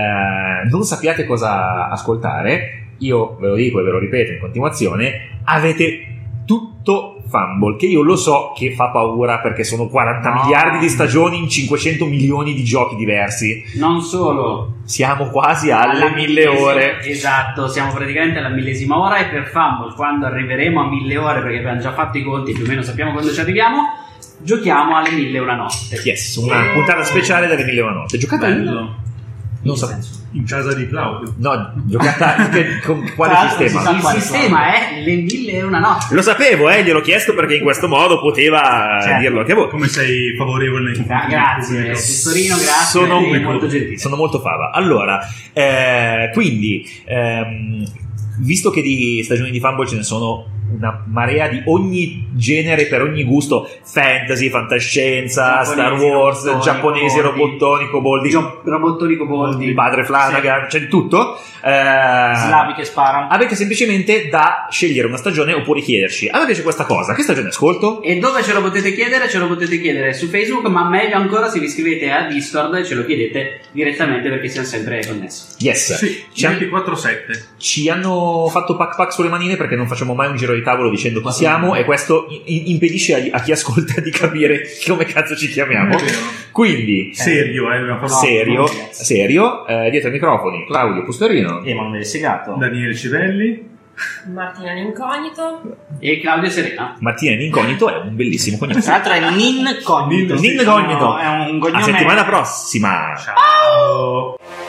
eh, non sappiate cosa ascoltare, io ve lo dico e ve lo ripeto in continuazione, avete tutto Fumble, che io lo so che fa paura perché sono quaranta No. miliardi di stagioni in cinquecento milioni di giochi diversi. Non solo. Siamo quasi alle Alla mille millesima- ore. Esatto, siamo praticamente alla millesima ora e per Fumble, quando arriveremo a mille ore, perché abbiamo già fatto i conti, più o meno sappiamo quando ci arriviamo, giochiamo alle mille e una notte. Yes, una puntata speciale delle mille e una notte. Giocata in... Bello. Non so. senso? In casa di Claudio. No, giocata che- con quale Tra l'altro sistema? si sa Il quale sistema è le mille e una notte. Lo sapevo, eh, gliel'ho chiesto perché in questo modo poteva Certo. dirlo anche voi. Come sei favorevole nei confronti del Grazie, pubblico? Testorino, grazie. Sono sei un- molto gentile. Sono molto fava. Allora, eh, quindi, ehm, visto che di stagioni di Fumble ce ne sono una marea di ogni genere, per ogni gusto, fantasy, fantascienza, Giapponesi, Star Wars, robottoni, giapponesi, coboldi. robottoni, coboldi, Gio- robottoni coboldi. il padre Flanagan, c'è di tutto. Eh, Slavi che sparano. avete semplicemente da scegliere una stagione oppure chiederci: a me piace questa cosa, che stagione ascolto? E dove ce lo potete chiedere? Ce lo potete chiedere su Facebook, ma meglio ancora se vi iscrivete a Discord e ce lo chiedete direttamente perché siamo sempre connessi. Yes. Sì, Ci, han- ventiquattro sette. ci hanno fatto pack pack sulle manine perché non facciamo mai un giro di tavolo dicendo chi siamo e questo i- impedisce a, a chi ascolta di capire come cazzo ci chiamiamo. È vero. Quindi, Serio, eh, abbiamo fatto serio, no, ragazzi. serio, eh, dietro ai microfoni Claudio Pustorino. Emanuele Segato. Daniele Civelli. Martina l'incognito. E Claudio Serena. Martina in incognito è un bellissimo cognome. Tra l'altro è Nin Cognito. Nin Cognito. È un A cognome. settimana prossima. Ciao.